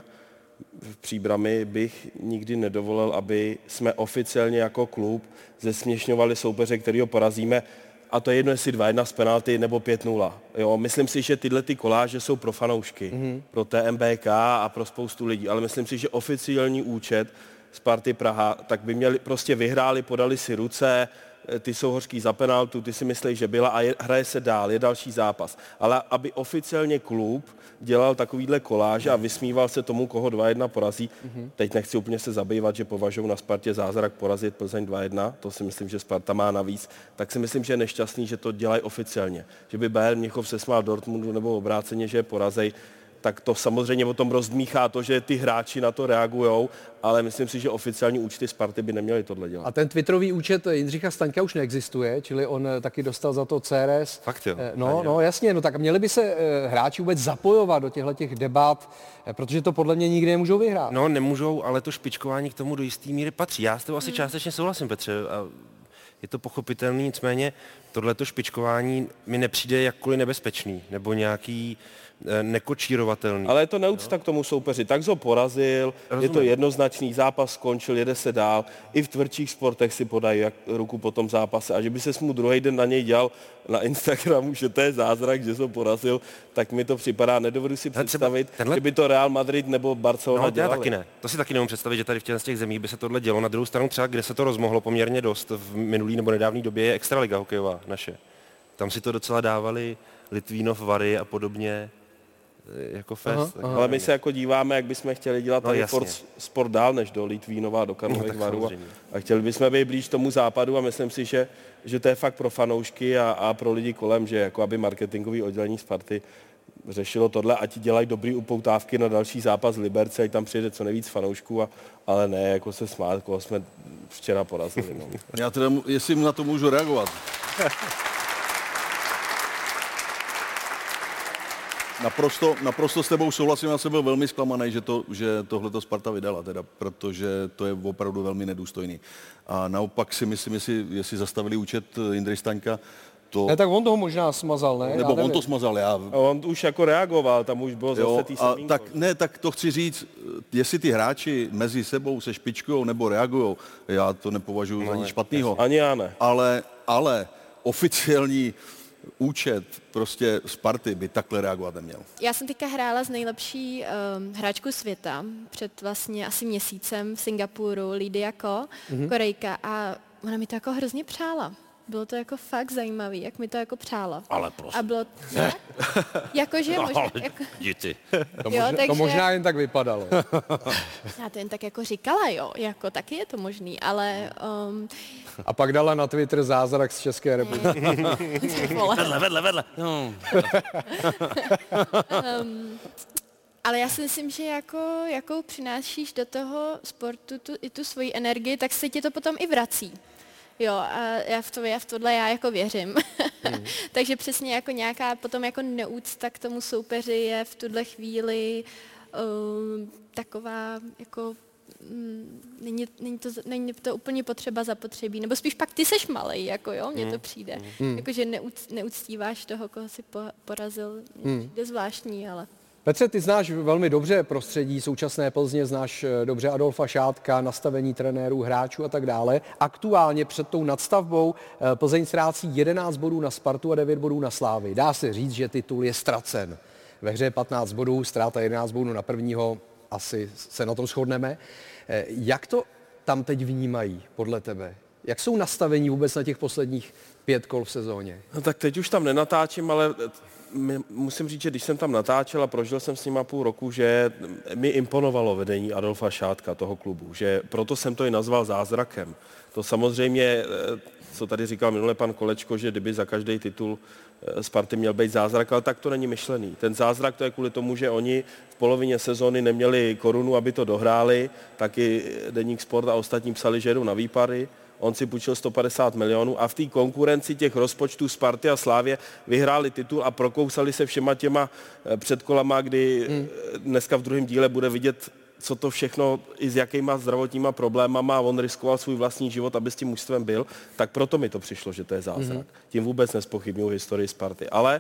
v Příbrami bych nikdy nedovolil, aby jsme oficiálně jako klub zesměšňovali soupeře, kterýho porazíme, a to je jedno, jestli dva jedna z penalty nebo pět nula. Jo, myslím si, že tyhle ty koláže jsou pro fanoušky, mm-hmm. pro T M B K a pro spoustu lidí, ale myslím si, že oficiální účet Sparty Praha, tak by měli, prostě vyhráli, podali si ruce, ty jsou hořký za penaltu, ty si myslí, že byla a je, hraje se dál, je další zápas. Ale aby oficiálně klub dělal takovýhle koláže a vysmíval se tomu, koho dva jedna porazí. Mm-hmm. Teď nechci úplně se zabývat, že považuji na Spartě zázrak porazit Plzeň dva jedna, to si myslím, že Sparta má navíc, tak si myslím, že je nešťastný, že to dělají oficiálně. Že by Bayern Mnichov se smál Dortmundu nebo obráceně, že je porazej, tak to samozřejmě o tom rozdmíchá to, že ty hráči na to reagujou, ale myslím si, že oficiální účty Sparty by neměly tohle dělat. A ten twitterový účet Jindřicha Staňka už neexistuje, čili on taky dostal za to C R S. Fakt jo? No, no jasně, no tak měli by se hráči vůbec zapojovat do těchto těch debat, protože to podle mě nikdy nemůžou vyhrát. No nemůžou, ale to špičkování k tomu do jisté míry patří. Já s tím asi Hmm. částečně souhlasím, Petře. A je to pochopitelné, nicméně tohleto špičkování mi nepřijde jakkoliv nebezpečný, nebo nějaký nekočírovatelný. Ale je to neúcta k tomu soupeři. Tak ho porazil, Rozumím. Je to jednoznačný, zápas skončil, jede se dál. I v tvrdších sportech si podají jak ruku po tom zápase. A že by se mu druhý den na něj dělal na Instagramu, že to je zázrak, že ho porazil, tak mi to připadá. Nedovedu si představit, tenhle... že by to Real Madrid nebo Barcelona no, dělali. Já taky ne. To si taky nemůžu představit, že tady v těch, z těch zemích by se tohle dělo. Na druhou stranu třeba, kde se to rozmohlo poměrně dost v minulý nebo nedávné době, je extraliga hokejová naše. Tam si to docela dávali Litvínov, Vary a podobně. Jako fest. Aha, aha. Ale my se jako díváme, jak bychom chtěli dělat no, tady sport, sport dál než do Litvínova, do Karlových no, Varů. A, a chtěli bychom být blíž tomu západu a myslím si, že, že to je fakt pro fanoušky a, a pro lidi kolem, že jako aby marketingový oddělení Sparty řešilo tohle a ti dělají dobrý upoutávky na další zápas Liberce, ať tam přijede co nejvíc fanoušků, a, ale ne jako se smát, koho jsme včera porazili. No. Já teda, jestli na to můžu reagovat. Naprosto, naprosto s tebou souhlasím, já jsem byl velmi zklamaný, že, to, že tohleto Sparta vydala, teda, protože to je opravdu velmi nedůstojný. A naopak si myslím, jestli, jestli zastavili účet Jindry Staňka, to... Ne, tak on toho možná smazal, ne? Nebo on to smazal, já... A on už jako reagoval, tam už bylo zase tý semínko. Tak ne, tak to chci říct, jestli ty hráči mezi sebou se špičkujou nebo reagujou, já to nepovažuji no, za nic špatného. Ani já ne. Ale, ale oficiální účet prostě Sparty by takhle reagovat neměl. Já jsem teďka hrála s nejlepší um, hráčkou světa před vlastně asi měsícem v Singapuru, Lídia Ko, mm-hmm. Korejka, a ona mi to jako hrozně přála. Bylo to jako fakt zajímavý, jak mi to jako přála. Ale prostě. A bylo tak, jakože no, možná... Jako, díky. To, možná, takže, to možná jen tak vypadalo. Já to jen tak jako říkala, jo, jako taky je to možný, ale... Um, a pak dala na Twitter zázrak z České republiky. vedle, vedle, vedle. No. um, ale já si myslím, že jako, jakou přinášíš do toho sportu tu, i tu svoji energii, tak se ti to potom i vrací. Jo, a já v, to, já v tohle já jako věřím. Mm. Takže přesně jako nějaká potom jako neúcta k tomu soupeři je v tuhle chvíli uh, taková jako mm, není, není, to, není to úplně potřeba zapotřebí, nebo spíš pak ty seš malej, jako jo, mně to přijde. Mm. Jakože neúc, neuctíváš toho, koho si po, porazil, mně mm. přijde zvláštní, ale... Petře, ty znáš velmi dobře prostředí současné Plzně, znáš dobře Adolfa Šátka, nastavení trenérů, hráčů a tak dále. Aktuálně před tou nadstavbou Plzeň ztrácí jedenáct bodů na Spartu a devět bodů na Slávy. Dá se říct, že titul je ztracen. Ve hře patnáct bodů, ztráta jedenáct bodů na prvního, asi se na tom shodneme. Jak to tam teď vnímají podle tebe? Jak jsou nastavení vůbec na těch posledních pět kol v sezóně? No tak teď už tam nenatáčím, ale musím říct, že když jsem tam natáčel a prožil jsem s nima půl roku, že mi imponovalo vedení Adolfa Šátka, toho klubu, že proto jsem to i nazval zázrakem. To samozřejmě, co tady říkal minule pan Kolečko, že kdyby za každý titul Sparty měl být zázrak, ale tak to není myšlený. Ten zázrak to je kvůli tomu, že oni v polovině sezóny neměli korunu, aby to dohráli, taky Deník Sport a ostatní psali, že jedou na výpary. On si půjčil sto padesát milionů a v té konkurenci těch rozpočtů Sparty a Slávě vyhráli titul a prokousali se všema těma předkolama, kdy hmm. dneska v druhém díle bude vidět, co to všechno i s jakýma zdravotníma problémama, on riskoval svůj vlastní život, aby s tím mužstvem byl, tak proto mi to přišlo, že to je zázrak. Hmm. Tím vůbec nezpochybňuji historii Sparty, ale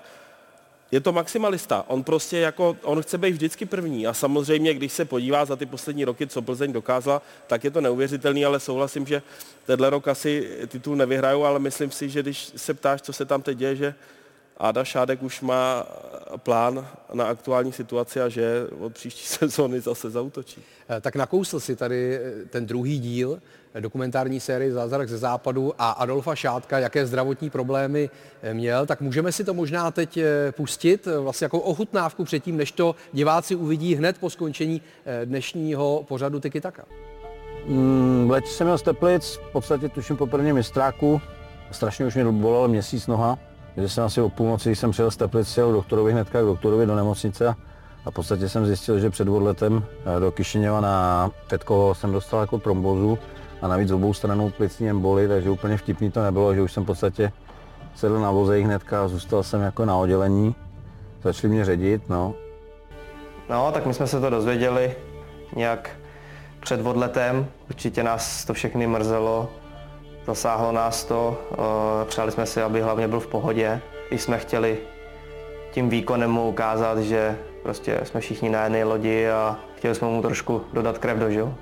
je to maximalista. On prostě jako, on chce být vždycky první a samozřejmě, když se podívá za ty poslední roky, co Plzeň dokázala, tak je to neuvěřitelný, ale souhlasím, že tenhle rok asi titul nevyhrajou, ale myslím si, že když se ptáš, co se tam teď děje, že Áda Šádek už má plán na aktuální situaci a že od příští sezóny zase zaútočí. Tak nakousl si tady ten druhý díl dokumentární série Zázrak ze západu a Adolfa Šátka, jaké zdravotní problémy měl, tak můžeme si to možná teď pustit vlastně jako ochutnávku předtím, než to diváci uvidí hned po skončení dnešního pořadu Tiki Taka. Mm, v létě jsem měl z Teplic, v podstatě tuším po prvním mistráku, strašně už mě bolel měsíc noha, když jsem asi o půlnoci, když jsem přijel z Teplic, šel doktorovi hnedka k doktorovi do nemocnice a v podstatě jsem zjistil, že před odletem do Kišiněva na Petkolo jsem dostal jako trombózu a navíc obou stranou plicní emboli, takže úplně vtipný to nebylo, že už jsem v podstatě sedl na vozejch hnedka a zůstal jsem jako na oddělení. Začali mě ředit, no. No, tak my jsme se to dozvěděli nějak před odletem, určitě nás to všechny mrzelo, zasáhlo nás to, přáli jsme si, aby hlavně byl v pohodě. I jsme chtěli tím výkonem mu ukázat, že prostě jsme všichni na jedné lodi a chtěli jsme mu trošku dodat krev do žil.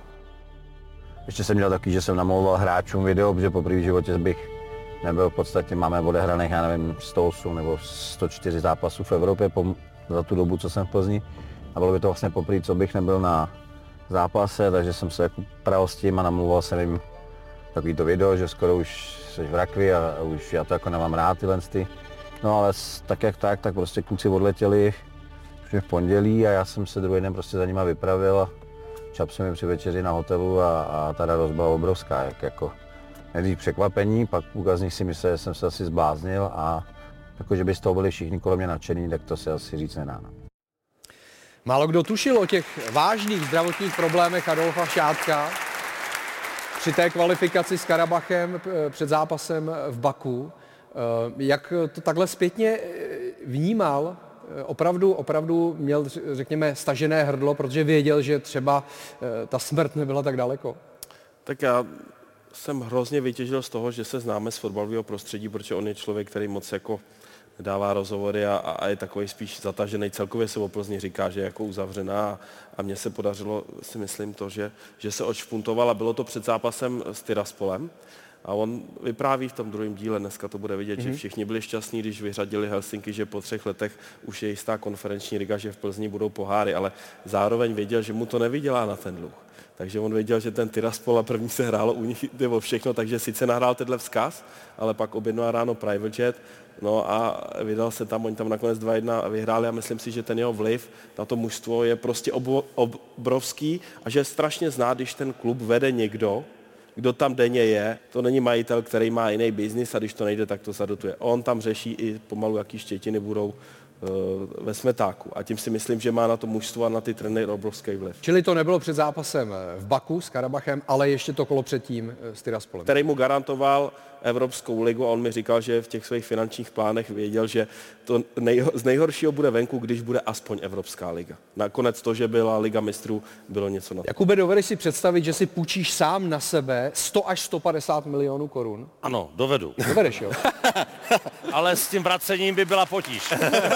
Ještě jsem měl takový, že jsem namlouval hráčům video, protože po první životě bych nebyl v podstatě, máme odehraných, já nevím, sto osm nebo sto čtyři zápasů v Evropě po, za tu dobu, co jsem v Plzni. A bylo by to vlastně poprvé, co bych nebyl na zápase, takže jsem se jako pral s tím a namlouval jsem jim takový to video, že skoro už jsi v rakvi a, a už já to jako nemám rád tyhle ty. No ale tak jak tak, tak prostě kluci odletěli už v pondělí a já jsem se druhý den prostě za nima vypravil a čap jsem mi při večeři na hotelu a, a ta radost byla obrovská. Jak jako nejdřív překvapení, pak půlka z nich si myslel, že jsem se asi zbláznil a jako, že by z toho byli všichni kolem mě nadšení, tak to se asi říct nedá. Málo kdo tušil o těch vážných zdravotních problémech Adolfa Šátka. při té kvalifikaci s Karabachem před zápasem v Baku. Jak to takhle zpětně vnímal? Opravdu, opravdu měl, řekněme, stažené hrdlo, protože věděl, že třeba ta smrt nebyla tak daleko. Tak já jsem hrozně vytěžil z toho, že se známe z fotbalového prostředí, protože on je člověk, který moc jako dává rozhovory a, a je takový spíš zatažený. Celkově se o Plzni říká, že je jako uzavřená a, a mně se podařilo, si myslím, to, že, že se odšpuntoval a bylo to před zápasem s Tiraspolem. A on vypráví v tom druhém díle, dneska to bude vidět, mm-hmm. že všichni byli šťastní, když vyřadili Helsinky, že po třech letech už je jistá konferenční liga, že v Plzni budou poháry, ale zároveň věděl, že mu to nevydělá na ten dluh. Takže on věděl, že ten Tiraspol a první se hrálo u nich jde o všechno, takže sice nahrál tenhle vzkaz, ale pak objednal ráno private jet, no a vydal se tam, oni tam nakonec dva jedna vyhráli a myslím si, že ten jeho vliv na to mužstvo je prostě obo, obrovský a že je strašně znát, když ten klub vede někdo, kdo tam denně je, to není majitel, který má jiný biznis a když to nejde, tak to zadotuje. On tam řeší i pomalu, jaký štětiny budou ve smetáku. A tím si myslím, že má na to mužstvo a na ty trenéry obrovský vliv. Čili to nebylo před zápasem v Baku s Karabachem, ale ještě to kolo předtím s Tiraspolem. Který mu garantoval Evropskou ligu a on mi říkal, že v těch svých finančních plánech věděl, že to nejho, z nejhoršího bude venku, když bude aspoň Evropská liga. Nakonec to, že byla Liga mistrů, bylo něco na to. Jakube, dovedeš si představit, že si půjčíš sám na sebe sto až sto padesát milionů korun? Ano, dovedu. Dovedeš, jo? Ale s tím vracením by byla potíž.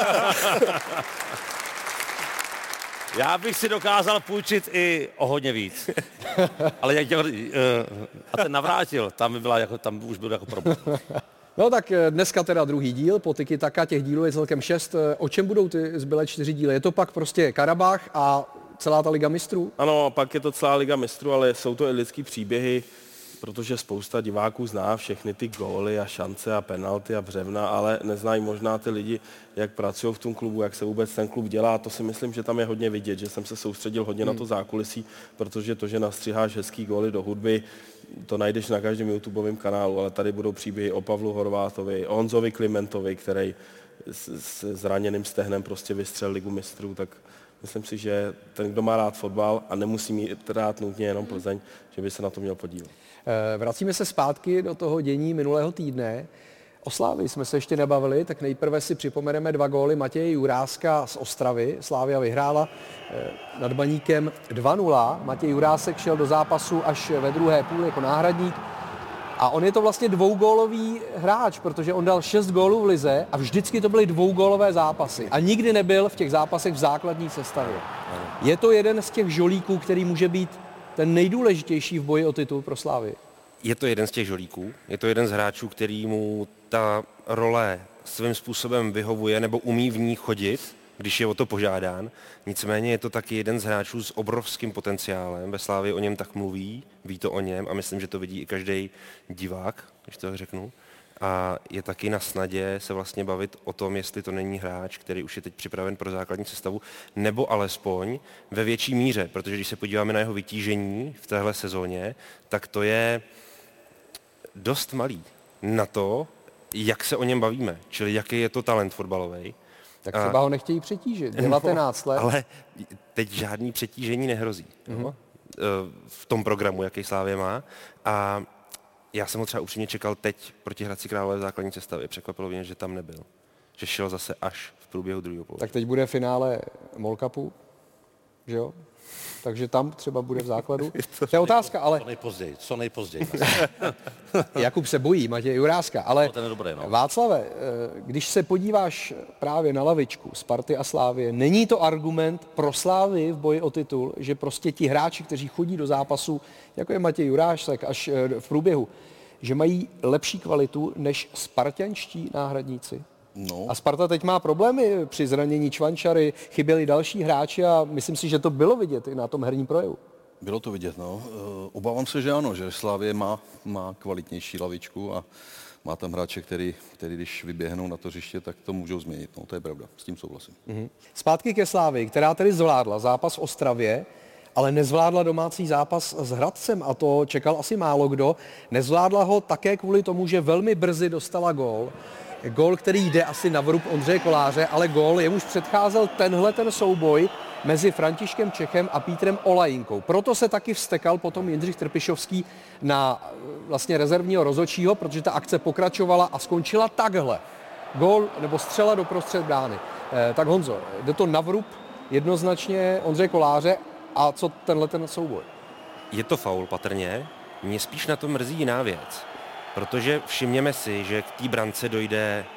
Já bych si dokázal půjčit i o hodně víc. Ale jak dělal, a ten Navrátil, tam by byla jako, tam už byl jako problém. No tak dneska teda druhý díl, po Tiki Taka, těch dílů je celkem šest. O čem budou ty zbylé čtyři díly? Je to pak prostě Karabach a celá ta Liga mistrů? Ano, pak je to celá Liga mistrů, ale jsou to i lidský příběhy, protože spousta diváků zná všechny ty góly a šance a penalty a břevna, ale neznají možná ty lidi, jak pracují v tom klubu, jak se vůbec ten klub dělá. To si myslím, že tam je hodně vidět, že jsem se soustředil hodně hmm. na to zákulisí, protože to, že nastřiháš hezký góly do hudby, to najdeš na každém YouTubeovém kanálu, ale tady budou příběhy o Pavlu Horvátovi, o Honzovi Klimentovi, který s, s zraněným stehnem prostě vystřelil Ligu mistrů, tak myslím si, že ten, kdo má rád fotbal a nemusí mít rád nutně jenom Plzeň, že by se na to měl podívat. Vracíme se zpátky do toho dění minulého týdne. O Slávii jsme se ještě nebavili, tak nejprve si připomeneme dva góly Matěje Juráska z Ostravy. Slávia vyhrála nad Baníkem dva nula. Matěj Jurásek šel do zápasu až ve druhé půli jako náhradník. A on je to vlastně dvougólový hráč, protože on dal šest gólů v lize a vždycky to byly dvougólové zápasy. A nikdy nebyl v těch zápasech v základní sestavě. Je to jeden z těch žolíků, který může být ten nejdůležitější v boji o titul pro Slávii. Je to jeden z těch žolíků, je to jeden z hráčů, který mu ta role svým způsobem vyhovuje nebo umí v ní chodit, když je o to požádán. Nicméně je to taky jeden z hráčů s obrovským potenciálem. Ve Slávii o něm tak mluví, ví to o něm a myslím, že to vidí i každý divák, když to tak řeknu. A je taky na snadě se vlastně bavit o tom, jestli to není hráč, který už je teď připraven pro základní sestavu, nebo alespoň ve větší míře, protože když se podíváme na jeho vytížení v téhle sezóně, tak to je dost malý na to, jak se o něm bavíme, čili jaký je to talent fotbalový. Tak třeba a, ho nechtějí přetížit, devatenáct let. Ale teď žádný přetížení nehrozí mm-hmm. v tom programu, jaký Slávě má. A já jsem ho třeba upřímně čekal teď proti Hradci Králové v základní sestavě. Překvapilo mě, že tam nebyl. Že šel zase až v průběhu druhého poločasu. Tak teď bude finále Mall Cupu, že jo? Takže tam třeba bude v základu. To je otázka, ale... Co nejpozději, co nejpozději. Jakub se bojí, Matěj Juráska, ale no, ten je dobrý, no. Václave, když se podíváš právě na lavičku Sparty a Slávie, není to argument pro Slávii v boji o titul, že prostě ti hráči, kteří chodí do zápasu, jako je Matěj Jurášek až v průběhu, že mají lepší kvalitu než spartanští náhradníci? No. A Sparta teď má problémy při zranění Čvančary, chyběli další hráči a myslím si, že to bylo vidět i na tom herním projevu. Bylo to vidět, no. Obávám se, že ano, že Slavie má, má kvalitnější lavičku a má tam hráče, který, který když vyběhnou na to hřiště, tak to můžou změnit. No, to je pravda, s tím souhlasím. Mm-hmm. Zpátky ke Slavii, která tedy zvládla zápas v Ostravě, ale nezvládla domácí zápas s Hradcem a to čekal asi málo kdo. Nezvládla ho také kvůli tomu, že velmi brzy dostala gól. Gól, který jde asi na vrub Ondřeje Koláře, ale gól, jemuž předcházel tenhle ten souboj, mezi Františkem Čechem a Pítrem Olajinkou. Proto se taky vztekal potom Jindřich Trpišovský na vlastně rezervního rozhodčího, protože ta akce pokračovala a skončila takhle. Gól nebo střela do prostřed brány. Eh, tak Honzo, jde to na vrub jednoznačně Ondřeje Koláře a co tenhle ten souboj? Je to faul patrně, mě spíš na to mrzí jiná věc, protože všimněme si, že k té brance dojde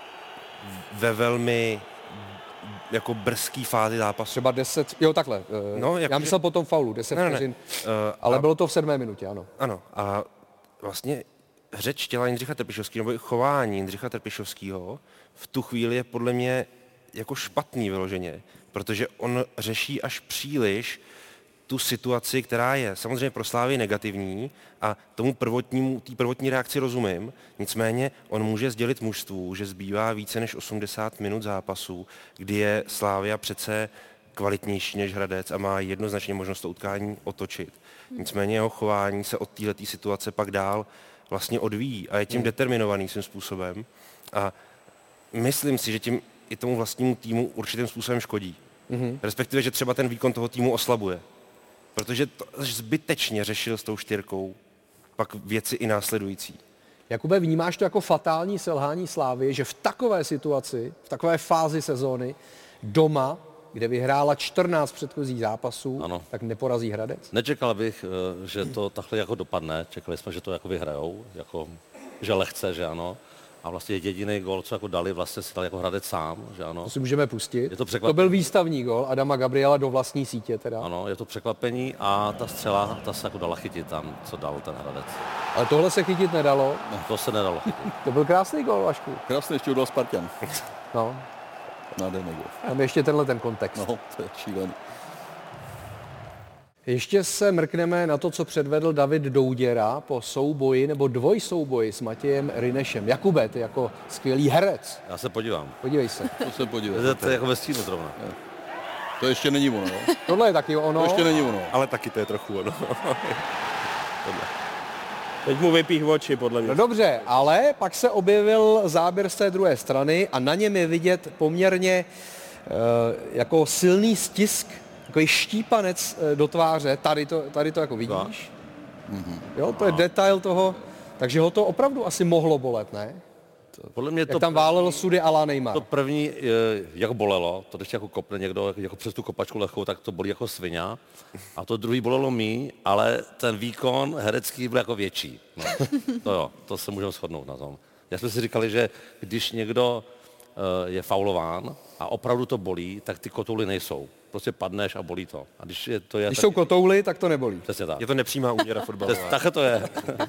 ve velmi jako brzký fázi zápasu. Třeba deset, jo takhle, no, já myslel že... potom faulu, deset ne, ne, vteřin, uh, ale a... bylo to v sedmé minutě, ano. Ano, a vlastně řeč těla Jindřicha Trpišovského, nebo i chování Jindřicha Trpišovského v tu chvíli je podle mě jako špatný vyloženě, protože on řeší až příliš tu situaci, která je samozřejmě pro Slávy negativní a tomu prvotnímu, té prvotní reakci rozumím, nicméně on může sdělit mužstvu, že zbývá více než osmdesát minut zápasu, kdy je Slavia přece kvalitnější než Hradec a má jednoznačně možnost to utkání otočit. Nicméně jeho chování se od této situace pak dál vlastně odvíjí a je tím determinovaný svým způsobem a myslím si, že tím i tomu vlastnímu týmu určitým způsobem škodí. Mm-hmm. Respektive, že třeba ten výkon toho týmu oslabuje. Protože to zbytečně řešil s tou čtyřkou pak věci i následující. Jakube, vnímáš to jako fatální selhání Slávy, že v takové situaci, v takové fázi sezóny, doma, kde vyhrála čtrnáct předchozích zápasů, ano, tak neporazí Hradec? Nečekal bych, že to takhle jako dopadne. Čekali jsme, že to jako vyhrajou, jako, že lehce, že ano. A vlastně jediný gól, co jako dali, vlastně si dal jako Hradec sám, že ano. To si můžeme pustit. Je to, překvap... to byl výstavní gól Adama Gabriela do vlastní sítě teda. Ano, je to překvapení a ta střela, ta se jako dala chytit tam, co dal ten Hradec. Ale tohle se chytit nedalo. No, to se nedalo chytit. To byl krásný gól, Vašku. Krásný, ještě udal Spartan. No. Nádherný gól. Tam ještě tenhle ten kontext. No, to je šílený. Ještě se mrkneme na to, co předvedl David Douděra po souboji nebo dvojsouboji s Matějem Rynešem. Jakube, ty jako skvělý herec. Já se podívám. Podívej se. To se podívej. To je jako ve stínu zrovna. To ještě není ono. No? Tohle je taky ono. To ještě není ono. Ale taky to je trochu ono. Teď mu vypích oči, podle mě. No dobře, ale pak se objevil záběr z té druhé strany a na něm je vidět poměrně uh, jako silný stisk, takový štípanec do tváře, tady to, tady to jako vidíš. Jo, to je detail toho, takže ho to opravdu asi mohlo bolet, ne? Podle mě Jak to tam válel sudy a la Neymar. To první, jak bolelo, to když jako kopne někdo jako přes tu kopačku lehkou, tak to bolí jako svině. A to druhý bolelo mí, ale ten výkon herecký byl jako větší. No, to jo, to se můžeme shodnout na tom. Já jsme si říkali, že když někdo je faulován a opravdu to bolí, tak ty kotouly nejsou. Prostě padneš a bolí to. A když je, to je když tak... jsou kotouly, tak to nebolí. Přesně tak. Je to nepřímá úměra fotbalová. Takhle to je.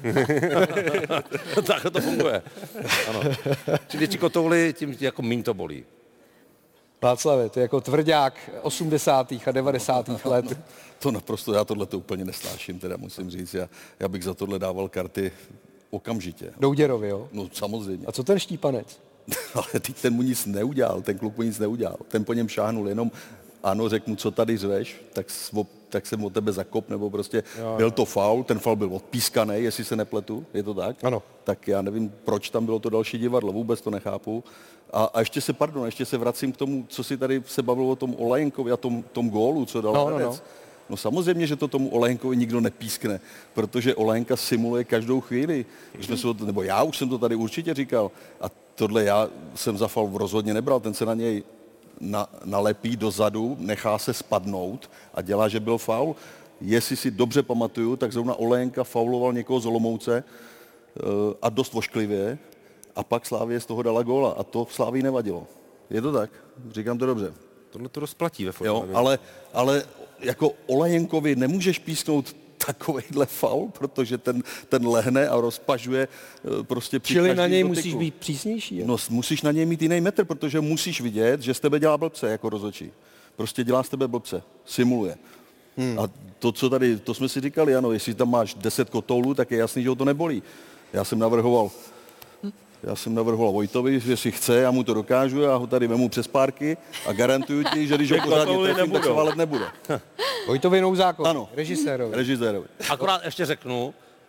Takhle to funguje. Ano. Čili ti kotouly, tím jako míň to bolí. Václave, ty jako tvrdák osmdesátých a devadesátých let. To naprosto, já tohle to úplně nesnáším, teda musím říct. Já, já bych za tohle dával karty okamžitě. Douděrovi, jo? No samozřejmě. A co ten štípanec? Ale teď ten mu nic neudělal, ten kluk mu nic neudělal. Ten po něm šáhnul jenom, ano, řekl mu, co tady řveš, tak, svo, tak jsem o tebe zakop, nebo prostě jo, byl to faul, ten faul byl odpískaný, jestli se nepletu, je to tak? Ano. Tak já nevím, proč tam bylo to další divadlo, vůbec to nechápu. A, a ještě se, pardon, ještě se vracím k tomu, co si tady se bavilo o tom Olajenkovi a tom, tom gólu, co dal no, Hradec. No, no. No samozřejmě, že to tomu Olajenkovi nikdo nepískne, protože Olajenka simuluje každou chvíli. Už jsme se, nebo já už jsem to tady určitě říkal. A tohle já jsem za faul rozhodně nebral, ten se na něj na, nalepí dozadu, nechá se spadnout a dělá, že byl faul. Jestli si dobře pamatuju, tak zrovna Olajenka fauloval někoho z Olomouce a dost vošklivě a pak Slávie z toho dala góla a to v Slávii nevadilo. Je to tak? Říkám to dobře. Tohle to rozplatí ve fotbalu. Ale, ale jako Olajenkovi nemůžeš písknout takovejhle faul, protože ten, ten lehne a rozpažuje prostě při Čili na něj dotyku. Musíš být přísnější. Je? No musíš na něj mít jiný metr, protože musíš vidět, že z tebe dělá blbce jako rozhodčí. Prostě dělá z tebe blbce, simuluje. Hmm. A to, co tady, to jsme si říkali, ano, jestli tam máš deset kotoulů, tak je jasný, že ho to nebolí. Já jsem navrhoval Já jsem navrhoval Vojtovi, že si chce, já mu to dokážu, já ho tady vemu přes párky a garantuju ti, že když ho pořádně trefím, tak se válet nebude. Vojtovi Nouzákovi, ano, režisérovi. režisérovi. Akorát ještě řeknu,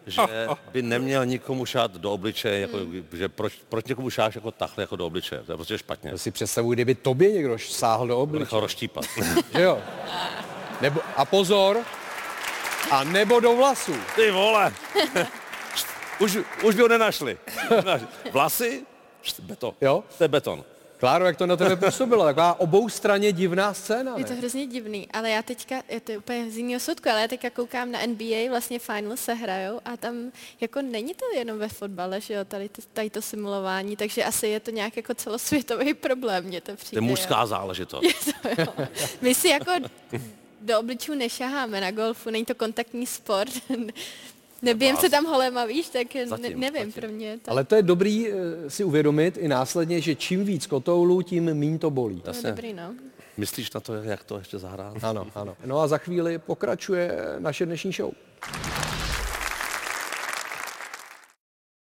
že by neměl nikomu šát do obličeje, jako, že proč, proč někomu šáš jako takhle jako do obličeje, to je prostě špatně. To si představuji, kdyby tobě někdo sáhl do obličeje. Nechal rozštípat. Že jo? Nebo, a pozor, a nebo do vlasů. Ty vole! už, už by ho nenašli. Vlasy? Beton. Jo? To je beton. Kláro, jak to na tebe působilo? Taková oboustranně divná scéna, ne? Je to hrozně divný, ale já teďka, je to úplně z jiného soudku, ale já teďka koukám na N B A, vlastně final se hrajou a tam jako není to jenom ve fotbale, že jo, tady, tady to simulování, takže asi je to nějak jako celosvětový problém, mně to přijde. To je mužská jo. záležitost. Je to, jo. My si jako do obličů nešaháme na golfu, není to kontaktní sport. Nebijem se tam holema, víš, tak zatím, ne, nevím, zatím. Pro mě. To... Ale to je dobrý uh, si uvědomit i následně, že čím víc kotoulů, tím míň to bolí. To je dobrý, no. Myslíš na to, jak to ještě zahrát? Ano, ano. No a za chvíli pokračuje naše dnešní show.